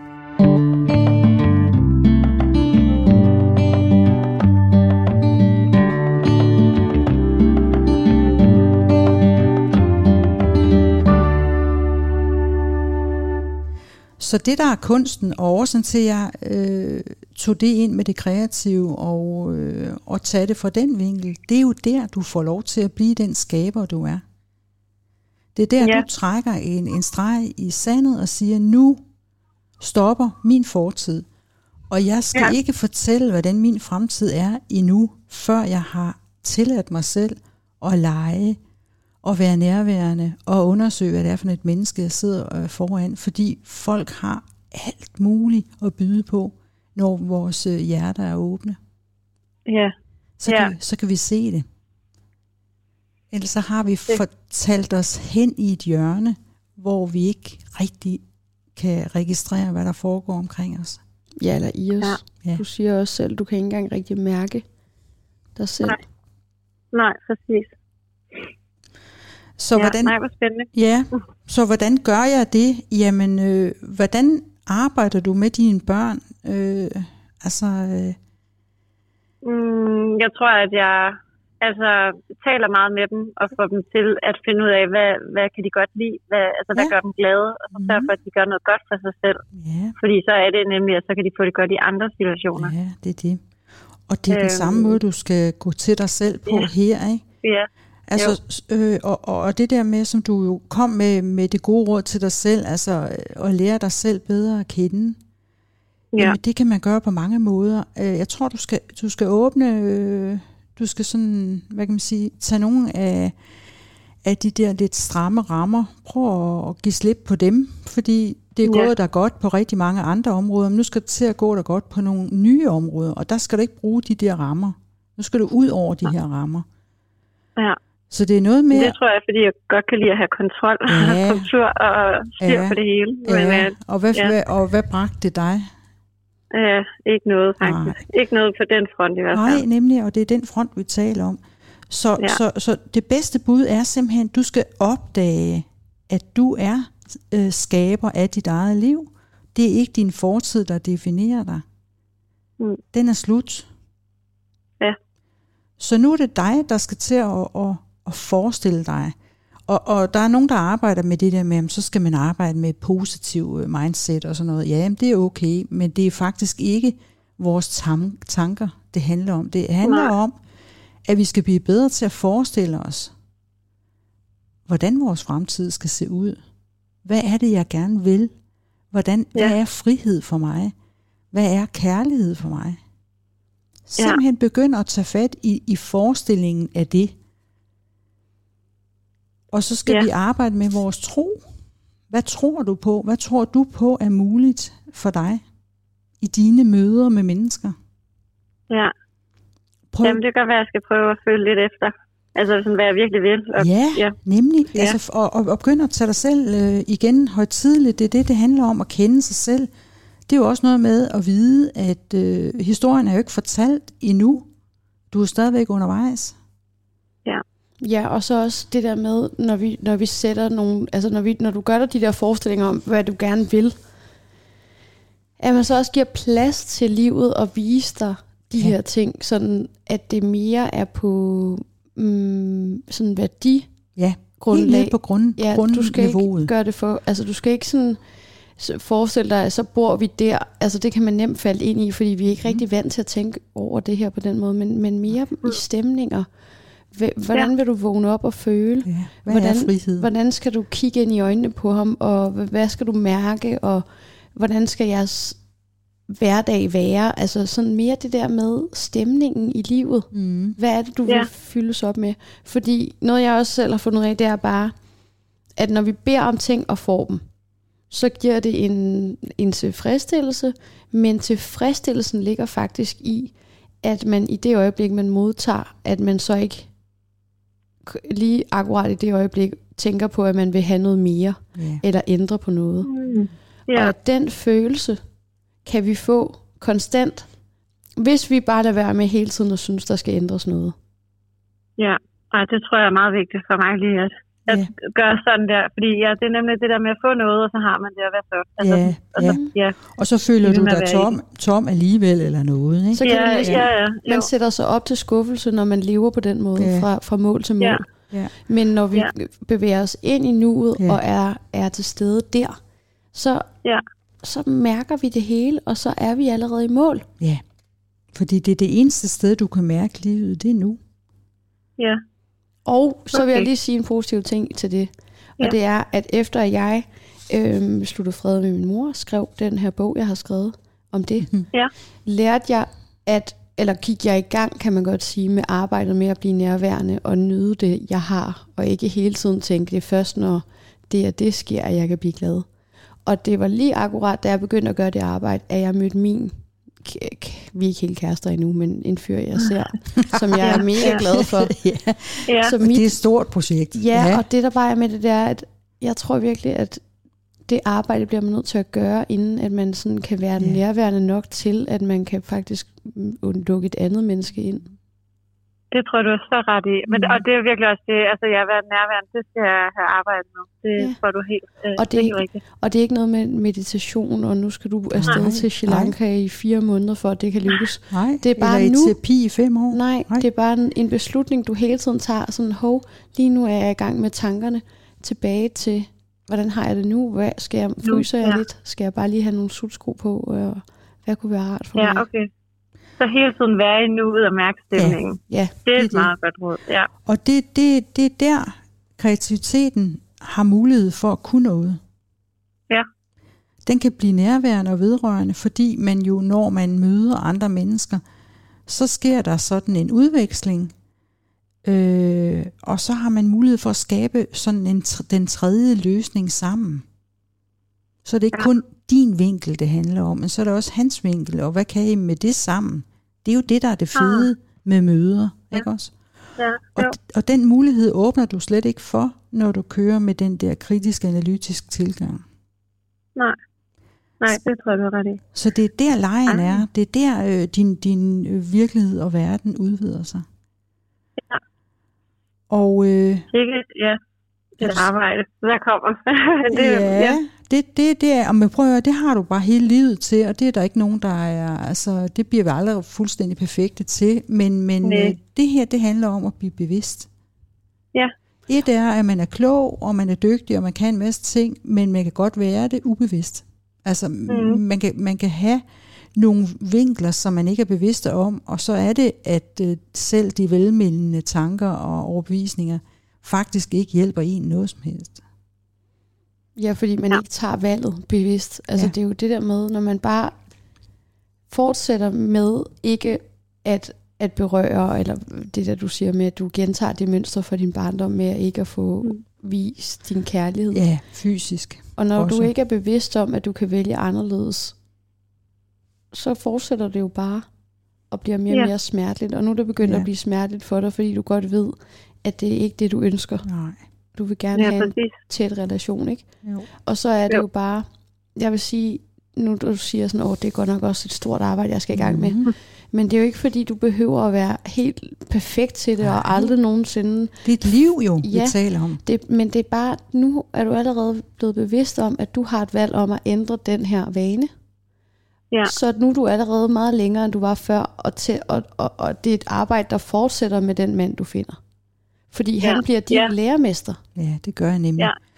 Så det, der er kunsten, og årsagen til, at jeg øh, tog det ind med det kreative og, øh, og tage det fra den vinkel, det er jo der, du får lov til at blive den skaber, du er. Det er der, Ja. du trækker en, en streg i sandet og siger, nu stopper min fortid, og jeg skal Ja. ikke fortælle, hvordan min fremtid er endnu, før jeg har tilladt mig selv at lege og være nærværende og undersøge, hvad det er for et menneske, jeg sidder foran, fordi folk har alt muligt at byde på, når vores hjerter er åbne. Ja. Så, Ja. kan, så kan vi se det. Ellers så har vi fortalt os hen i et hjørne, hvor vi ikke rigtig kan registrere, hvad der foregår omkring os. Ja, eller i os. Ja. Ja. Du siger også selv, du kan ikke engang rigtig mærke dig selv. Nej. Nej, præcis. Så Ja, hvordan, nej, hvor spændende. ja, så hvordan gør jeg det? Jamen, øh, hvordan arbejder du med dine børn? Øh, altså, øh, Mm, jeg tror, at jeg altså, taler meget med dem og får dem til at finde ud af, hvad, hvad kan de godt lide, hvad, altså, hvad Ja. gør dem glade, og så Mhm. sørge for, at de gør noget godt for sig selv. ja, Fordi så er det nemlig, at så kan de få det godt i andre situationer. ja, det er det. Og det er den Øhm, samme måde, du skal gå til dig selv på ja. her, ikke? Ja, Altså, øh, og, og, og det der med, som du jo kom med, med det gode råd til dig selv, altså øh, at lære dig selv bedre at kende, ja, jamen, det kan man gøre på mange måder. Øh, Jeg tror, du skal, du skal åbne, øh, du skal sådan, hvad kan man sige, tage nogle af, af de der lidt stramme rammer. Prøv at, at give slip på dem, fordi det er Ja. gået der godt på rigtig mange andre områder, men nu skal det til at gå der godt på nogle nye områder, og der skal du ikke bruge de der rammer. Nu skal du ud over de her rammer. ja. Så det er noget med... Det tror jeg, fordi jeg godt kan lide at have kontrol Ja. og kultur og styr Ja. på det hele. Men Ja, øh, og hvad, ja. hvad, og hvad bragte det dig? øh, ikke noget faktisk. Ikke noget på den front i hvert fald. Nej, nemlig, og det er den front, vi taler om. Så, Ja. så, så det bedste bud er simpelthen, at du skal opdage, at du er øh, skaber af dit eget liv. Det er ikke din fortid, der definerer dig. Mm. Den er slut. Ja. Så nu er det dig, der skal til at, at, at forestille dig. Og, og der er nogen, der arbejder med det der med, så skal man arbejde med positiv mindset og sådan noget. Ja, jamen, det er okay, men det er faktisk ikke vores tam- tanker, det handler om. Det handler Nej. om, at vi skal blive bedre til at forestille os, hvordan vores fremtid skal se ud. Hvad er det, jeg gerne vil? Hvordan, Ja. Hvad er frihed for mig? Hvad er kærlighed for mig? Simpelthen begynd at tage fat i, i forestillingen af det. Og så skal Ja. vi arbejde med vores tro. Hvad tror du på? Hvad tror du på er muligt for dig i dine møder med mennesker? Ja. Prøv. Jamen, det kan være, at jeg skal prøve at følge lidt efter. Altså, sådan, hvad jeg virkelig vil. Og, Ja, ja. nemlig. Ja. Altså, og, og, og begynde at tage dig selv øh, igen højtideligt. Det er det, det handler om, at kende sig selv. Det er jo også noget med at vide, at øh, historien er jo ikke fortalt endnu. Du er stadigvæk undervejs. Ja. Ja, og så også det der med, når vi, når vi sætter nogle, altså når, vi, når du gør dig de der forestillinger om, hvad du gerne vil, at man så også giver plads til livet og vise dig de Ja. her ting, sådan at det mere er på mm, sådan værdi Ja, helt grundlag. ned på grund, Ja, du skal grundniveauet. ikke gøre det for, altså du skal ikke sådan Så forestil dig, så bor vi der. Altså det kan man nemt falde ind i, fordi vi er ikke rigtig vant til at tænke over det her på den måde, men, men mere i stemninger. Hvordan ja. vil du vågne op og føle? Ja. Hvad hvordan, er frihed? Hvordan skal du kigge ind i øjnene på ham, og hvad skal du mærke, og hvordan skal jeres hverdag være? Altså sådan mere det der med stemningen i livet. Mm. Hvad er det, du ja. vil fyldes op med? Fordi noget, jeg også selv har fundet ud af, det er bare, at når vi beder om ting og får dem, så giver det en, en tilfredsstillelse, men tilfredsstillelsen ligger faktisk i, at man i det øjeblik, man modtager, at man så ikke lige akkurat i det øjeblik tænker på, at man vil have noget mere, yeah. eller ændre på noget. Mm. Yeah. Og den følelse kan vi få konstant, hvis vi bare lader være med hele tiden at synes, der skal ændres noget. Ja, og det tror jeg er meget vigtigt for mig lige at, at yeah. gøre sådan der, fordi ja, det er nemlig det der med at få noget, og så har man det, og hvad så? Altså, yeah, og, så yeah. ja. og så føler du dig tom, tom alligevel eller noget, ikke? Så kan ja, man, ja, ja, man sætter sig op til skuffelse, når man lever på den måde, yeah. fra, fra mål til mål. Yeah. Yeah. Men når vi yeah. bevæger os ind i nuet, yeah. og er, er til stede der, så, yeah. så mærker vi det hele, og så er vi allerede i mål. Ja, fordi det er det eneste sted, du kan mærke livet, det er nu. Ja. Og så vil jeg lige sige en positiv ting til det. Og ja. det er, at efter jeg øh, sluttede fred med min mor, skrev den her bog, jeg har skrevet om det, ja. lærte jeg, at, eller gik jeg i gang, kan man godt sige, med arbejdet med at blive nærværende og nyde det, jeg har. Og ikke hele tiden tænke, det er først, når det og det sker, at jeg kan blive glad. Og det var lige akkurat, da jeg begyndte at gøre det arbejde, at jeg mødte min vi er ikke helt kærester endnu, men en fyr, jeg ser, som jeg er mega glad for. ja. Ja. Så mit, det er et stort projekt. Ja, ja, og det der bare er med det, det er, at jeg tror virkelig, at det arbejde bliver man nødt til at gøre, inden at man sådan kan være ja. nærværende nok til, at man kan faktisk lukke et andet menneske ind. Det tror jeg, du er så ret i. Men, mm. Og det er virkelig også det, altså jeg har været nærværende, det skal jeg have arbejdet med. Det ja. tror du helt, øh, og det er helt ikke, rigtigt. Og det er ikke noget med meditation, og nu skal du afsted nej, til Sri Lanka nej. i fire måneder, for at det kan lykkes. Nej, det er bare eller nu, i terapi i fem år. Nej, nej, det er bare en, en beslutning, du hele tiden tager. Sådan, hov, lige nu er jeg i gang med tankerne tilbage til, hvordan har jeg det nu? Hvad skal jeg, fryser jeg ja. lidt? Skal jeg bare lige have nogle sutsko på? Og hvad kunne være rart for ja, mig? Ja, okay. Så hele tiden være i nuet og mærke stemningen. Ja, ja, det er det et meget godt råd. Ja. Og det, det, det er der, kreativiteten har mulighed for at kunne noget. Ja. Den kan blive nærværende og vedrørende, fordi man jo, når man møder andre mennesker, så sker der sådan en udveksling, øh, og så har man mulighed for at skabe sådan en, den tredje løsning sammen. Så det er ikke ja. kun din vinkel, det handler om, men så er der også hans vinkel, og hvad kan I med det sammen? Det er jo det, der er det fede ja. med møder, ja. ikke også? Ja, og, og den mulighed åbner du slet ikke for, når du kører med den der kritisk analytisk tilgang. Nej, Nej det tror jeg, du er ret i. Så det er der lejen ja. er, det er der øh, din, din øh, virkelighed og verden udvider sig. Ja. Og øh, ikke, ja, det er arbejde, der kommer. det, ja, ja. Det, det, det er, og man prøver, det har du bare hele livet til, og det er der ikke nogen, der er, altså det bliver vi aldrig fuldstændig perfekte til, men, men øh, det her, det handler om at blive bevidst. Ja. Et er, at man er klog, og man er dygtig, og man kan en masse ting, men man kan godt være det ubevidst. Altså mm. man, kan, man kan have nogle vinkler, som man ikke er bevidste om, og så er det, at øh, selv de velmenende tanker og overbevisninger faktisk ikke hjælper en noget som helst. Ja, fordi man ja. ikke tager valget bevidst. Altså ja. det er jo det der med, når man bare fortsætter med ikke at, at berøre, eller det der du siger med, at du gentager det mønster for din barndom med ikke at få mm. vist din kærlighed. Ja, fysisk. Og når også. du ikke er bevidst om, at du kan vælge anderledes, så fortsætter det jo bare og bliver mere og ja. mere smerteligt. Og nu er det begyndt ja. at blive smerteligt for dig, fordi du godt ved, at det er ikke det, du ønsker. Nej. Du vil gerne ja, have præcis. en tæt relation, ikke? Jo. Og så er det jo. jo bare, jeg vil sige, nu du siger sådan, åh, det er godt nok også et stort arbejde, jeg skal i gang med. Mm-hmm. Men det er jo ikke, fordi du behøver at være helt perfekt til det, ja. og aldrig nogensinde. Det er et liv jo, ja, vi taler om. Det, men det er bare, nu er du allerede blevet bevidst om, at du har et valg om at ændre den her vane. Ja. Så nu er du allerede meget længere, end du var før, og, til, og, og, og det er et arbejde, der fortsætter med den mand, du finder. Fordi ja. han bliver din ja. lærermester. Ja, det gør han nemlig. Ja.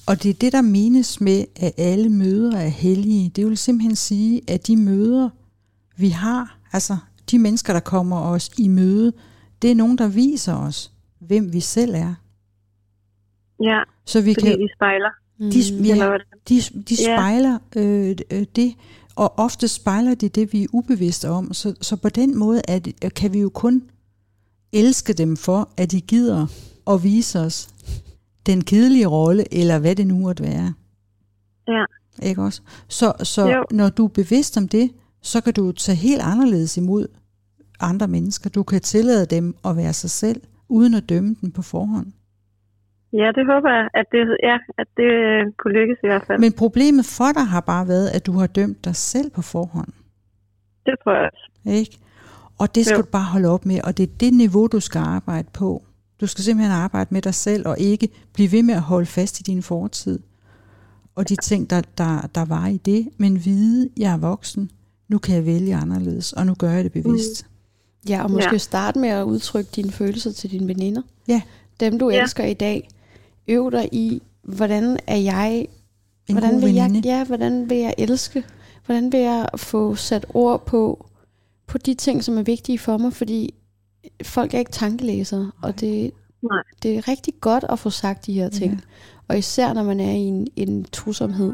Og det er det, der menes med, at alle møder er hellige. Det vil simpelthen sige, at de møder, vi har, altså de mennesker, der kommer os i møde, det er nogen, der viser os, hvem vi selv er. Ja, så vi fordi kan, de spejler. De, ja, de, de spejler øh, det, og ofte spejler de det, vi er ubevidste om. Så, så på den måde er det, kan vi jo kun elske dem for, at de gider at vise os den kedelige rolle, eller hvad det nu måtte være. Ja. Ikke også? Så, så når du er bevidst om det, så kan du tage helt anderledes imod andre mennesker. Du kan tillade dem at være sig selv, uden at dømme dem på forhånd. Ja, det håber jeg, at det, ja, at det kunne lykkes i hvert fald. Men problemet for dig har bare været, at du har dømt dig selv på forhånd. Det tror jeg også. Ikke? Og det skal jo. Du bare holde op med, og det er det niveau, du skal arbejde på. Du skal simpelthen arbejde med dig selv, og ikke blive ved med at holde fast i din fortid. Og de ting, der, der, der var i det, men vide, jeg er voksen, nu kan jeg vælge anderledes, og nu gør jeg det bevidst. Mm. Ja, og måske ja. starte med at udtrykke dine følelser til dine veninder. Ja. Dem, du ja. elsker i dag. Øv dig i, hvordan er jeg, en hvordan god vil jeg, veninde. ja, hvordan vil jeg elske, hvordan vil jeg få sat ord på, på de ting, som er vigtige for mig, fordi folk er ikke tankelæsere, og det, det er rigtig godt at få sagt de her ting. Ja. Og især når man er i en, en tosomhed.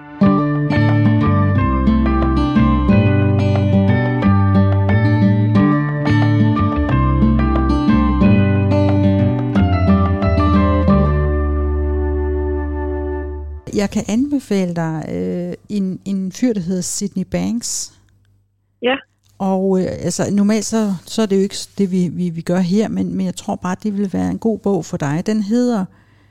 Jeg kan anbefale dig øh, en, en fyr, der hedder Sydney Banks. Ja. Og øh, altså, normalt så, så er det jo ikke det, vi, vi, vi gør her, men, men jeg tror bare, det vil være en god bog for dig. Den hedder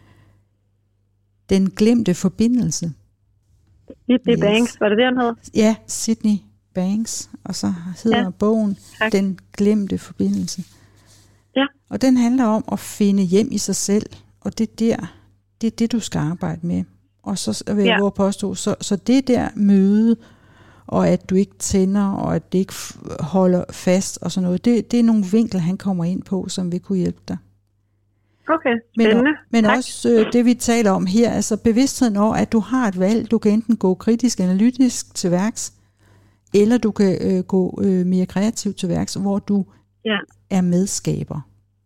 Den glemte forbindelse. Sydney yes. Banks, var det det, han hed? Ja, Sydney Banks. Og så hedder ja. bogen tak. Den glemte forbindelse. Ja. Og den handler om at finde hjem i sig selv. Og det er der, det er det, du skal arbejde med. Og så vil jeg ja. påstå, så, så det der møde, og at du ikke tænder, og at det ikke holder fast og sådan noget, det, det er nogle vinkler, han kommer ind på, som vil kunne hjælpe dig. Okay, spændende. Men, men også øh, det, vi taler om her, altså bevidstheden over, at du har et valg. Du kan enten gå kritisk, analytisk til værks, eller du kan øh, gå øh, mere kreativt til værks, hvor du ja. er medskaber.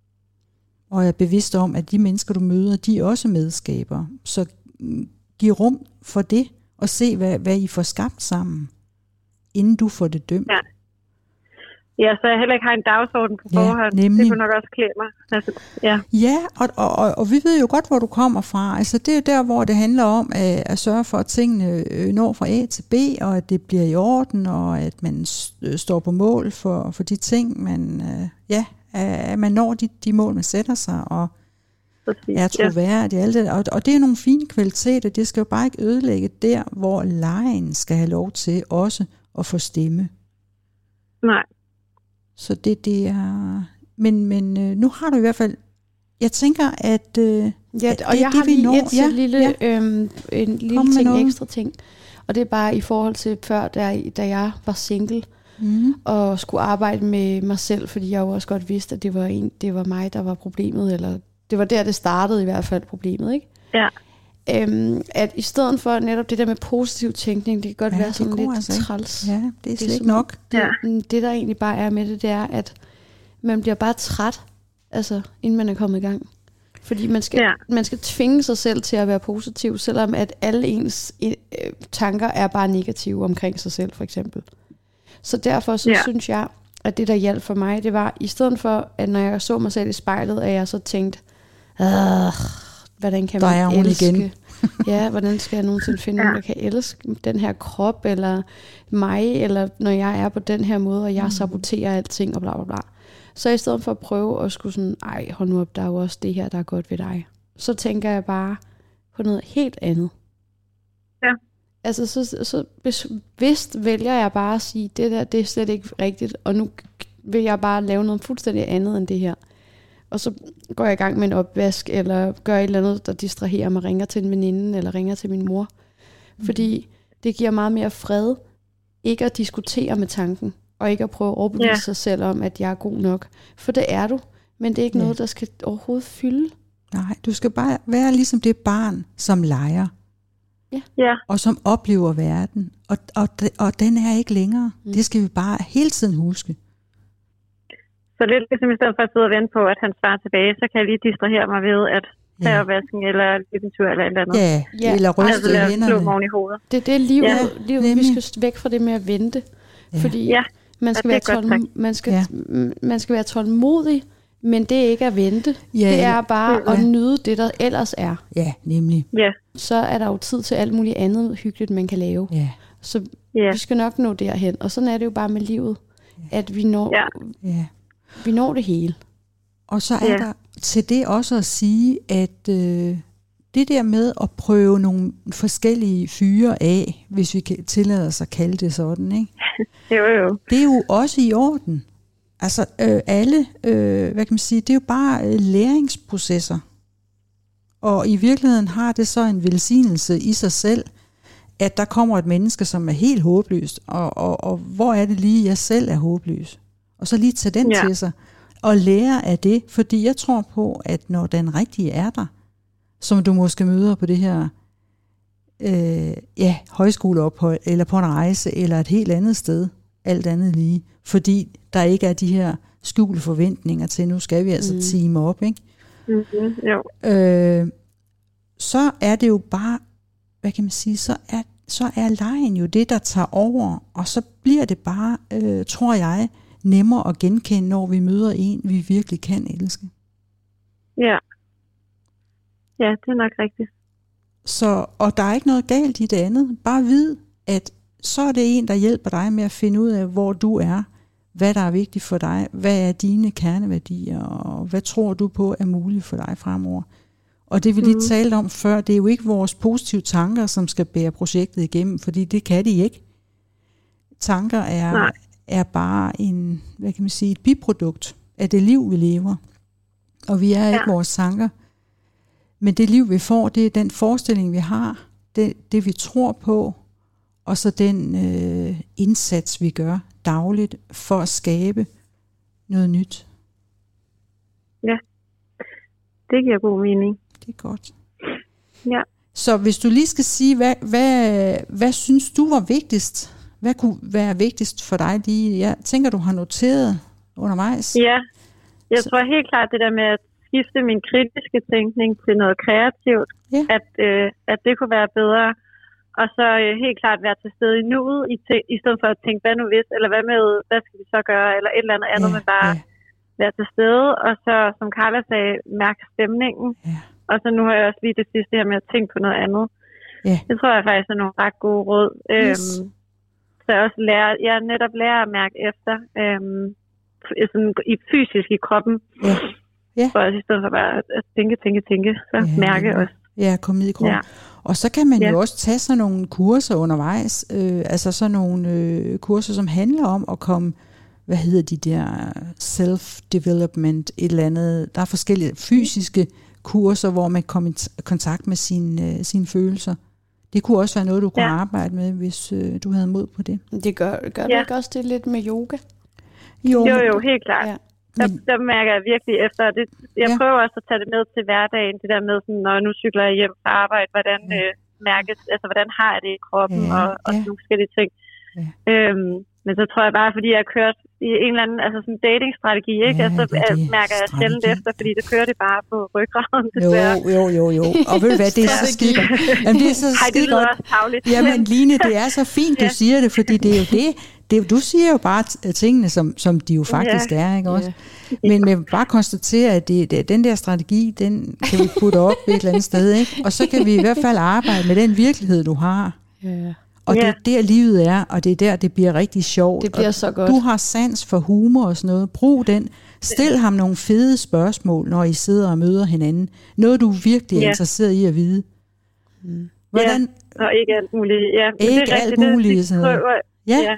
Og er bevidst om, at de mennesker, du møder, de er også medskaber. Så giv rum for det, og se, hvad, hvad I får skabt sammen, inden du får det dømt. Ja, ja så jeg heller ikke har en dagsorden på forhånd. Ja, nemlig. Det kunne nok også klæde mig. Altså, ja, ja og, og, og, og vi ved jo godt, hvor du kommer fra. Altså, det er der, hvor det handler om at, at sørge for, at tingene når fra A til B, og at det bliver i orden, og at man står på mål for, for de ting, man, øh, ja, at man når de, de mål, man sætter sig, og er troværdig. Ja. Alt det. Og, og det er nogle fine kvaliteter. Det skal jo bare ikke ødelægge der, hvor lejen skal have lov til også at få stemme. Nej. Så det, det er... Men, men øh, nu har du i hvert fald... Jeg tænker, at... Øh, ja, at og det, jeg det, har lige når, et ja, lille, ja. øhm, en lille ting, ekstra ting. Og det er bare i forhold til før, da, da jeg var single, mm. og skulle arbejde med mig selv, fordi jeg jo også godt vidste, at det var, en, det var mig, der var problemet, eller det var der, det startede i hvert fald problemet, ikke? Ja. Øhm, at i stedet for netop det der med positiv tænkning, det kan godt ja, være sådan lidt altså træls. Ja, det er slet ikke nok. Det, ja. det der egentlig bare er med det, det er, at man bliver bare træt, altså inden man er kommet i gang. Fordi man skal, ja. man skal tvinge sig selv til at være positiv, selvom at alle ens øh, tanker er bare negative omkring sig selv, for eksempel. Så derfor så ja. synes jeg, at det der hjalp for mig, det var, i stedet for, at når jeg så mig selv i spejlet, at jeg så tænkte, hvordan kan der man er elske? Igen. Ja, hvordan skal jeg nogensinde finde ja. nogen, der kan elske den her krop, eller mig, eller når jeg er på den her måde, og jeg mm. saboterer alting, og bla bla bla. Så i stedet for at prøve at skulle sådan, ej, hold nu op, der er jo også det her, der er godt ved dig. Så tænker jeg bare på noget helt andet. Ja. Altså, så, så bevidst vælger jeg bare at sige, det der, det er slet ikke rigtigt, og nu vil jeg bare lave noget fuldstændig andet end det her. Og så går jeg i gang med en opvask, eller gør et eller andet, der distraherer mig, ringer til en veninde, eller ringer til min mor. Mm. Fordi det giver meget mere fred, ikke at diskutere med tanken, og ikke at prøve at overbevise ja. sig selv om, at jeg er god nok. For det er du, men det er ikke ja. noget, der skal overhovedet fylde. Nej, du skal bare være ligesom det barn, som leger. Ja. Ja. Og som oplever verden. Og, og, og den er ikke længere. Mm. Det skal vi bare hele tiden huske. Så lidt ligesom i stedet for at sidde og vente på, at han svarer tilbage, så kan jeg lige distrahere mig ved, at tage ja. vasken eller løbe en tur eller et eller andet. Ja, ja. Eller ryste altså, hænderne. I hovedet. Det er det liv, ja. liv vi skal væk fra det med at vente. Ja. Fordi ja. man, skal være tål, man, skal, ja. man skal være tålmodig, men det er ikke at vente. Ja. Det er bare ja. at nyde det, der ellers er. Ja, nemlig. Ja. Så er der jo tid til alt muligt andet hyggeligt, man kan lave. Ja. Så ja. vi skal nok nå derhen. Og sådan er det jo bare med livet, at vi når, ja. Ja. vi når det hele. Og så er ja. der til det også at sige, at øh, det der med at prøve nogle forskellige fyre af, hvis vi kan tillade os at kalde det sådan, ikke? jo, jo. Det er jo også i orden. Altså øh, alle, øh, hvad kan man sige, det er jo bare øh, læringsprocesser. Og i virkeligheden har det så en velsignelse i sig selv, at der kommer et menneske, som er helt håbløst, og, og, og hvor er det lige, jeg selv er håbløs? Og så lige tage den ja. til sig, og lære af det, fordi jeg tror på, at når den rigtige er der, som du måske møder på det her øh, ja, højskoleophold, eller på en rejse, eller et helt andet sted, alt andet lige, fordi der ikke er de her skjulte forventninger til, nu skal vi altså mm. time op, ikke? Mm-hmm, jo. Øh, så er det jo bare, hvad kan man sige, så er, så er lejen jo det, der tager over, og så bliver det bare, øh, tror jeg, nemmere at genkende, når vi møder en, vi virkelig kan elske. Ja. Ja, det er nok rigtigt. Så, og der er ikke noget galt i det andet. Bare vid, at så er det en, der hjælper dig med at finde ud af, hvor du er, hvad der er vigtigt for dig, hvad er dine kerneværdier, og hvad tror du på er muligt for dig fremover. Og det vi lige mm. talte om før, det er jo ikke vores positive tanker, som skal bære projektet igennem, fordi det kan de ikke. Tanker er, er bare en, hvad kan man sige, et biprodukt af det liv, vi lever. Og vi er ja. ikke vores tanker. Men det liv, vi får, det er den forestilling, vi har, det, det vi tror på, og så den øh, indsats, vi gør dagligt for at skabe noget nyt. Ja, det giver god mening. Det er godt. Ja. Så hvis du lige skal sige, hvad, hvad, hvad synes du var vigtigst? Hvad kunne være vigtigst for dig lige? Jeg tænker, du har noteret undervejs. Ja, jeg så. tror helt klart det der med at skifte min kritiske tænkning til noget kreativt, ja. at, øh, at det kunne være bedre. Og så øh, helt klart være til stede i nuet, i, te- i stedet for at tænke, hvad nu hvis, eller hvad med, hvad skal vi så gøre, eller et eller andet andet, ja, men bare ja. være til stede. Og så, som Carla sagde, mærke stemningen. Ja. Og så nu har jeg også lige det sidste her med at tænke på noget andet. Ja. Det tror jeg faktisk er nogle ret gode råd. Yes. Øhm, så jeg også lærer, jeg netop lærer at mærke efter, øhm, sådan i fysisk i kroppen. Ja. Ja. For i stedet for bare at tænke, tænke, tænke, så ja, mærke ja. også. Ja, komme ned i kroppen. Ja. Og så kan man ja. jo også tage sådan nogle kurser undervejs, øh, altså sådan nogle øh, kurser, som handler om at komme, hvad hedder de der, self-development, et eller andet. Der er forskellige fysiske kurser, hvor man kommer i t- kontakt med sine, øh, sine følelser. Det kunne også være noget, du kunne ja. arbejde med, hvis øh, du havde mod på det. Det gør, gør ja. du ikke også det lidt med yoga? Jo, jo, jo helt klart. Ja. Der, Men, der mærker jeg virkelig efter. Det, jeg ja. prøver også at tage det med til hverdagen, det der med, sådan, når jeg nu cykler jeg hjem fra arbejde, hvordan ja. øh, mærkes, altså hvordan har jeg det i kroppen, ja. og, og ja. nogle forskellige ting. Ja. Øhm, men så tror jeg bare, fordi jeg har kørt i en eller anden, altså sådan datingstrategi, ikke? Ja, altså, det mærker jeg sjældent efter, fordi det kører det bare på ryggraden, desværre. Jo, jo, jo, jo. Og ved du hvad, det er så skide godt. Jamen, det er så skide Ej, det lyder godt. også tavligt. Jamen, Line, det er så fint, du ja. siger det, fordi det er jo det. det er, du siger jo bare tingene, som, som de jo faktisk ja. er, ikke også? Ja. Men man bare konstatere, at det, det, den der strategi, den kan vi putte op et eller andet sted, ikke? Og så kan vi i hvert fald arbejde med den virkelighed, du har. Ja. Og det er der, livet er, og det er der, det bliver rigtig sjovt. Det bliver og så godt. Du har sans for humor og sådan noget. Brug den. Stil ham nogle fede spørgsmål, når I sidder og møder hinanden. Noget, du virkelig er ja. interesseret i at vide. Mm. Hvordan? Ja, og ikke alt muligt. Ja, ikke det er alt rigtigt, muligt. Det, Sådan prøver, ja. ja.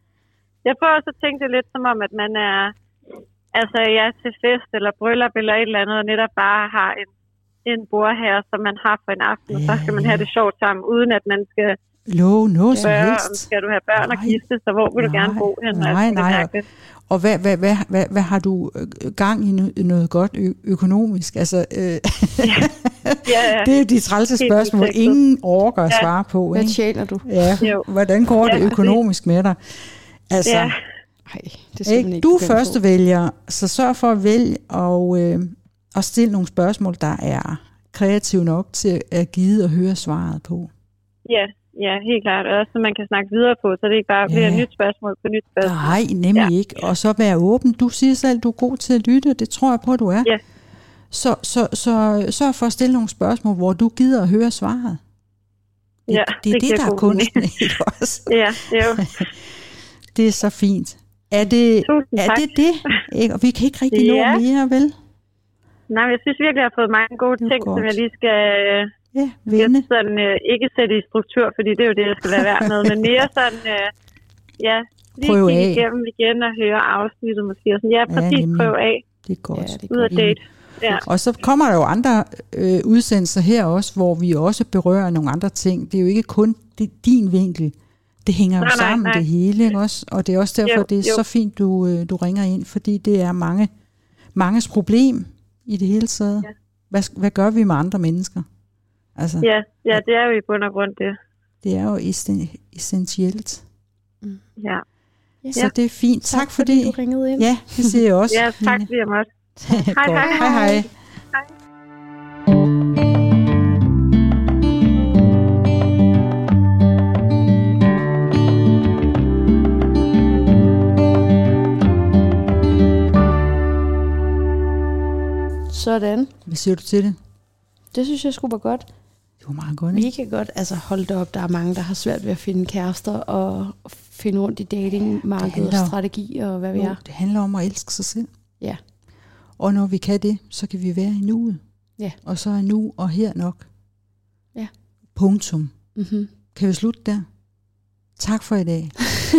Jeg prøver også at tænke det lidt som om, at man er, altså jeg er til fest eller bryllup eller et eller andet, og netop bare har en, en bordherre, som man har for en aften, ja, og så skal man have det sjovt sammen, uden at man skal Lå noget som Spørge, om helst. skal du have børn Nej. og gifte, så hvor vil du Nej, gerne bo hen? nej, nej. Og hvad, hvad, hvad, hvad, hvad har du gang i no- noget godt ø- økonomisk? Altså, øh, Ja. Ja, det er jo de trælse Helt spørgsmål, utekset. ingen orker at Ja. svare på. Hvad Ikke? tjener du? Ja. Jo. Hvordan går det Ja, økonomisk med dig? Altså, Ja. Nej, det skal man ikke? ikke Du er begynde første på. vælger, så sørg for at vælge og, øh, og stille nogle spørgsmål, der er kreative nok til at give og høre svaret på. Ja, ja, helt klart. Og også så man kan snakke videre på, så det ikke bare bliver Ja. et nyt spørgsmål på nyt spørgsmål. Nej, nemlig Ja. ikke. Og så være åben. Du siger selv, du er god til at lytte, det tror jeg på, du er. Ja. Så, så, så sørg for at stille nogle spørgsmål, hvor du gider at høre svaret. Det, Ja, det er det, det giver der er god kunsten, ikke også? Ja, jo. Det er så fint. Er det Tusind er tak. det? det? Ikke? Og vi kan ikke rigtig Ja. nå mere, vel? Nej, men jeg synes virkelig, jeg har fået mange gode Det er ting, godt. som jeg lige skal, Ja, skal vende. sådan, øh, ikke sætte i struktur, fordi det er jo det, jeg skal lade være med, men mere sådan, øh, ja, lige Prøv kigge af. igennem igen og høre afsnittet måske. Og sådan, ja, præcis, nemlig. prøv af. Det er godt. Ja, det er Ud af godt. date. Ja. Og så kommer der jo andre øh, udsendelser her også, hvor vi også berører nogle andre ting. Det er jo ikke kun det, din vinkel. Det hænger jo Nej, nej, sammen, nej. det hele, ikke også? Og det er også derfor, Jo, det er jo. så fint, du, øh, du ringer ind, fordi det er mange, manges problem i det hele taget. Ja. Hvad, hvad gør vi med andre mennesker? Altså, Ja, ja, det er jo i bund og grund det. det er jo essen- essentielt. Ja, Ja. Så det er fint. Tak, tak fordi... du ringede ind. Ja, det siger jeg også. ja tak fordi jeg måtte. Hej, Godt. hej. hej, hej. Sådan. Hvad siger du til det? Det synes jeg skulle være godt. Det var meget godt, ikke? Mega godt. Altså hold da op, der er mange, der har svært ved at finde kærester og finde rundt i datingmarkedet handler- og strategi og hvad vi Jo, er. det handler om at elske sig selv. Ja. Og når vi kan det, så kan vi være i nuet. Ja. Og så er nu og her nok. Ja. Punktum. Mm-hmm. Kan vi slutte der? Tak for i dag.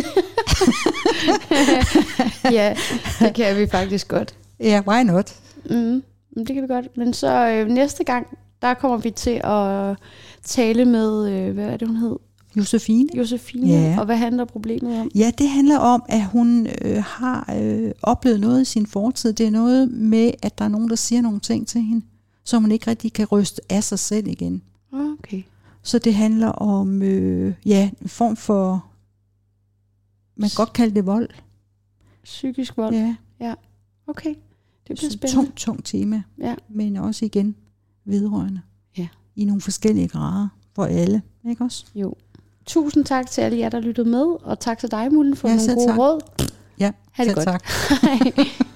Ja, det kan vi faktisk godt. Ja, why not? Mm, det kan vi godt. Men så øh, næste gang, der kommer vi til at tale med, øh, hvad er det hun hed? Josefine? Josefine. Ja. Og hvad handler problemet om? Ja, det handler om, at hun øh, har øh, oplevet noget i sin fortid. Det er noget med, at der er nogen, der siger nogle ting til hende, som hun ikke rigtig kan ryste af sig selv igen. Okay. Så det handler om øh, ja, en form for, man kan godt kalde det vold. Psykisk vold. Ja, Okay. Det bliver så spændende. tungt, tungt tema. Ja. Men også igen vedrørende. Ja. I nogle forskellige grader for alle, ikke også? Jo. Tusind tak til alle jer, der lyttede med, og tak til dig, Mullen, for Ja, nogle selv gode tak. råd. Ja, Ha' det selv godt. tak. Hej.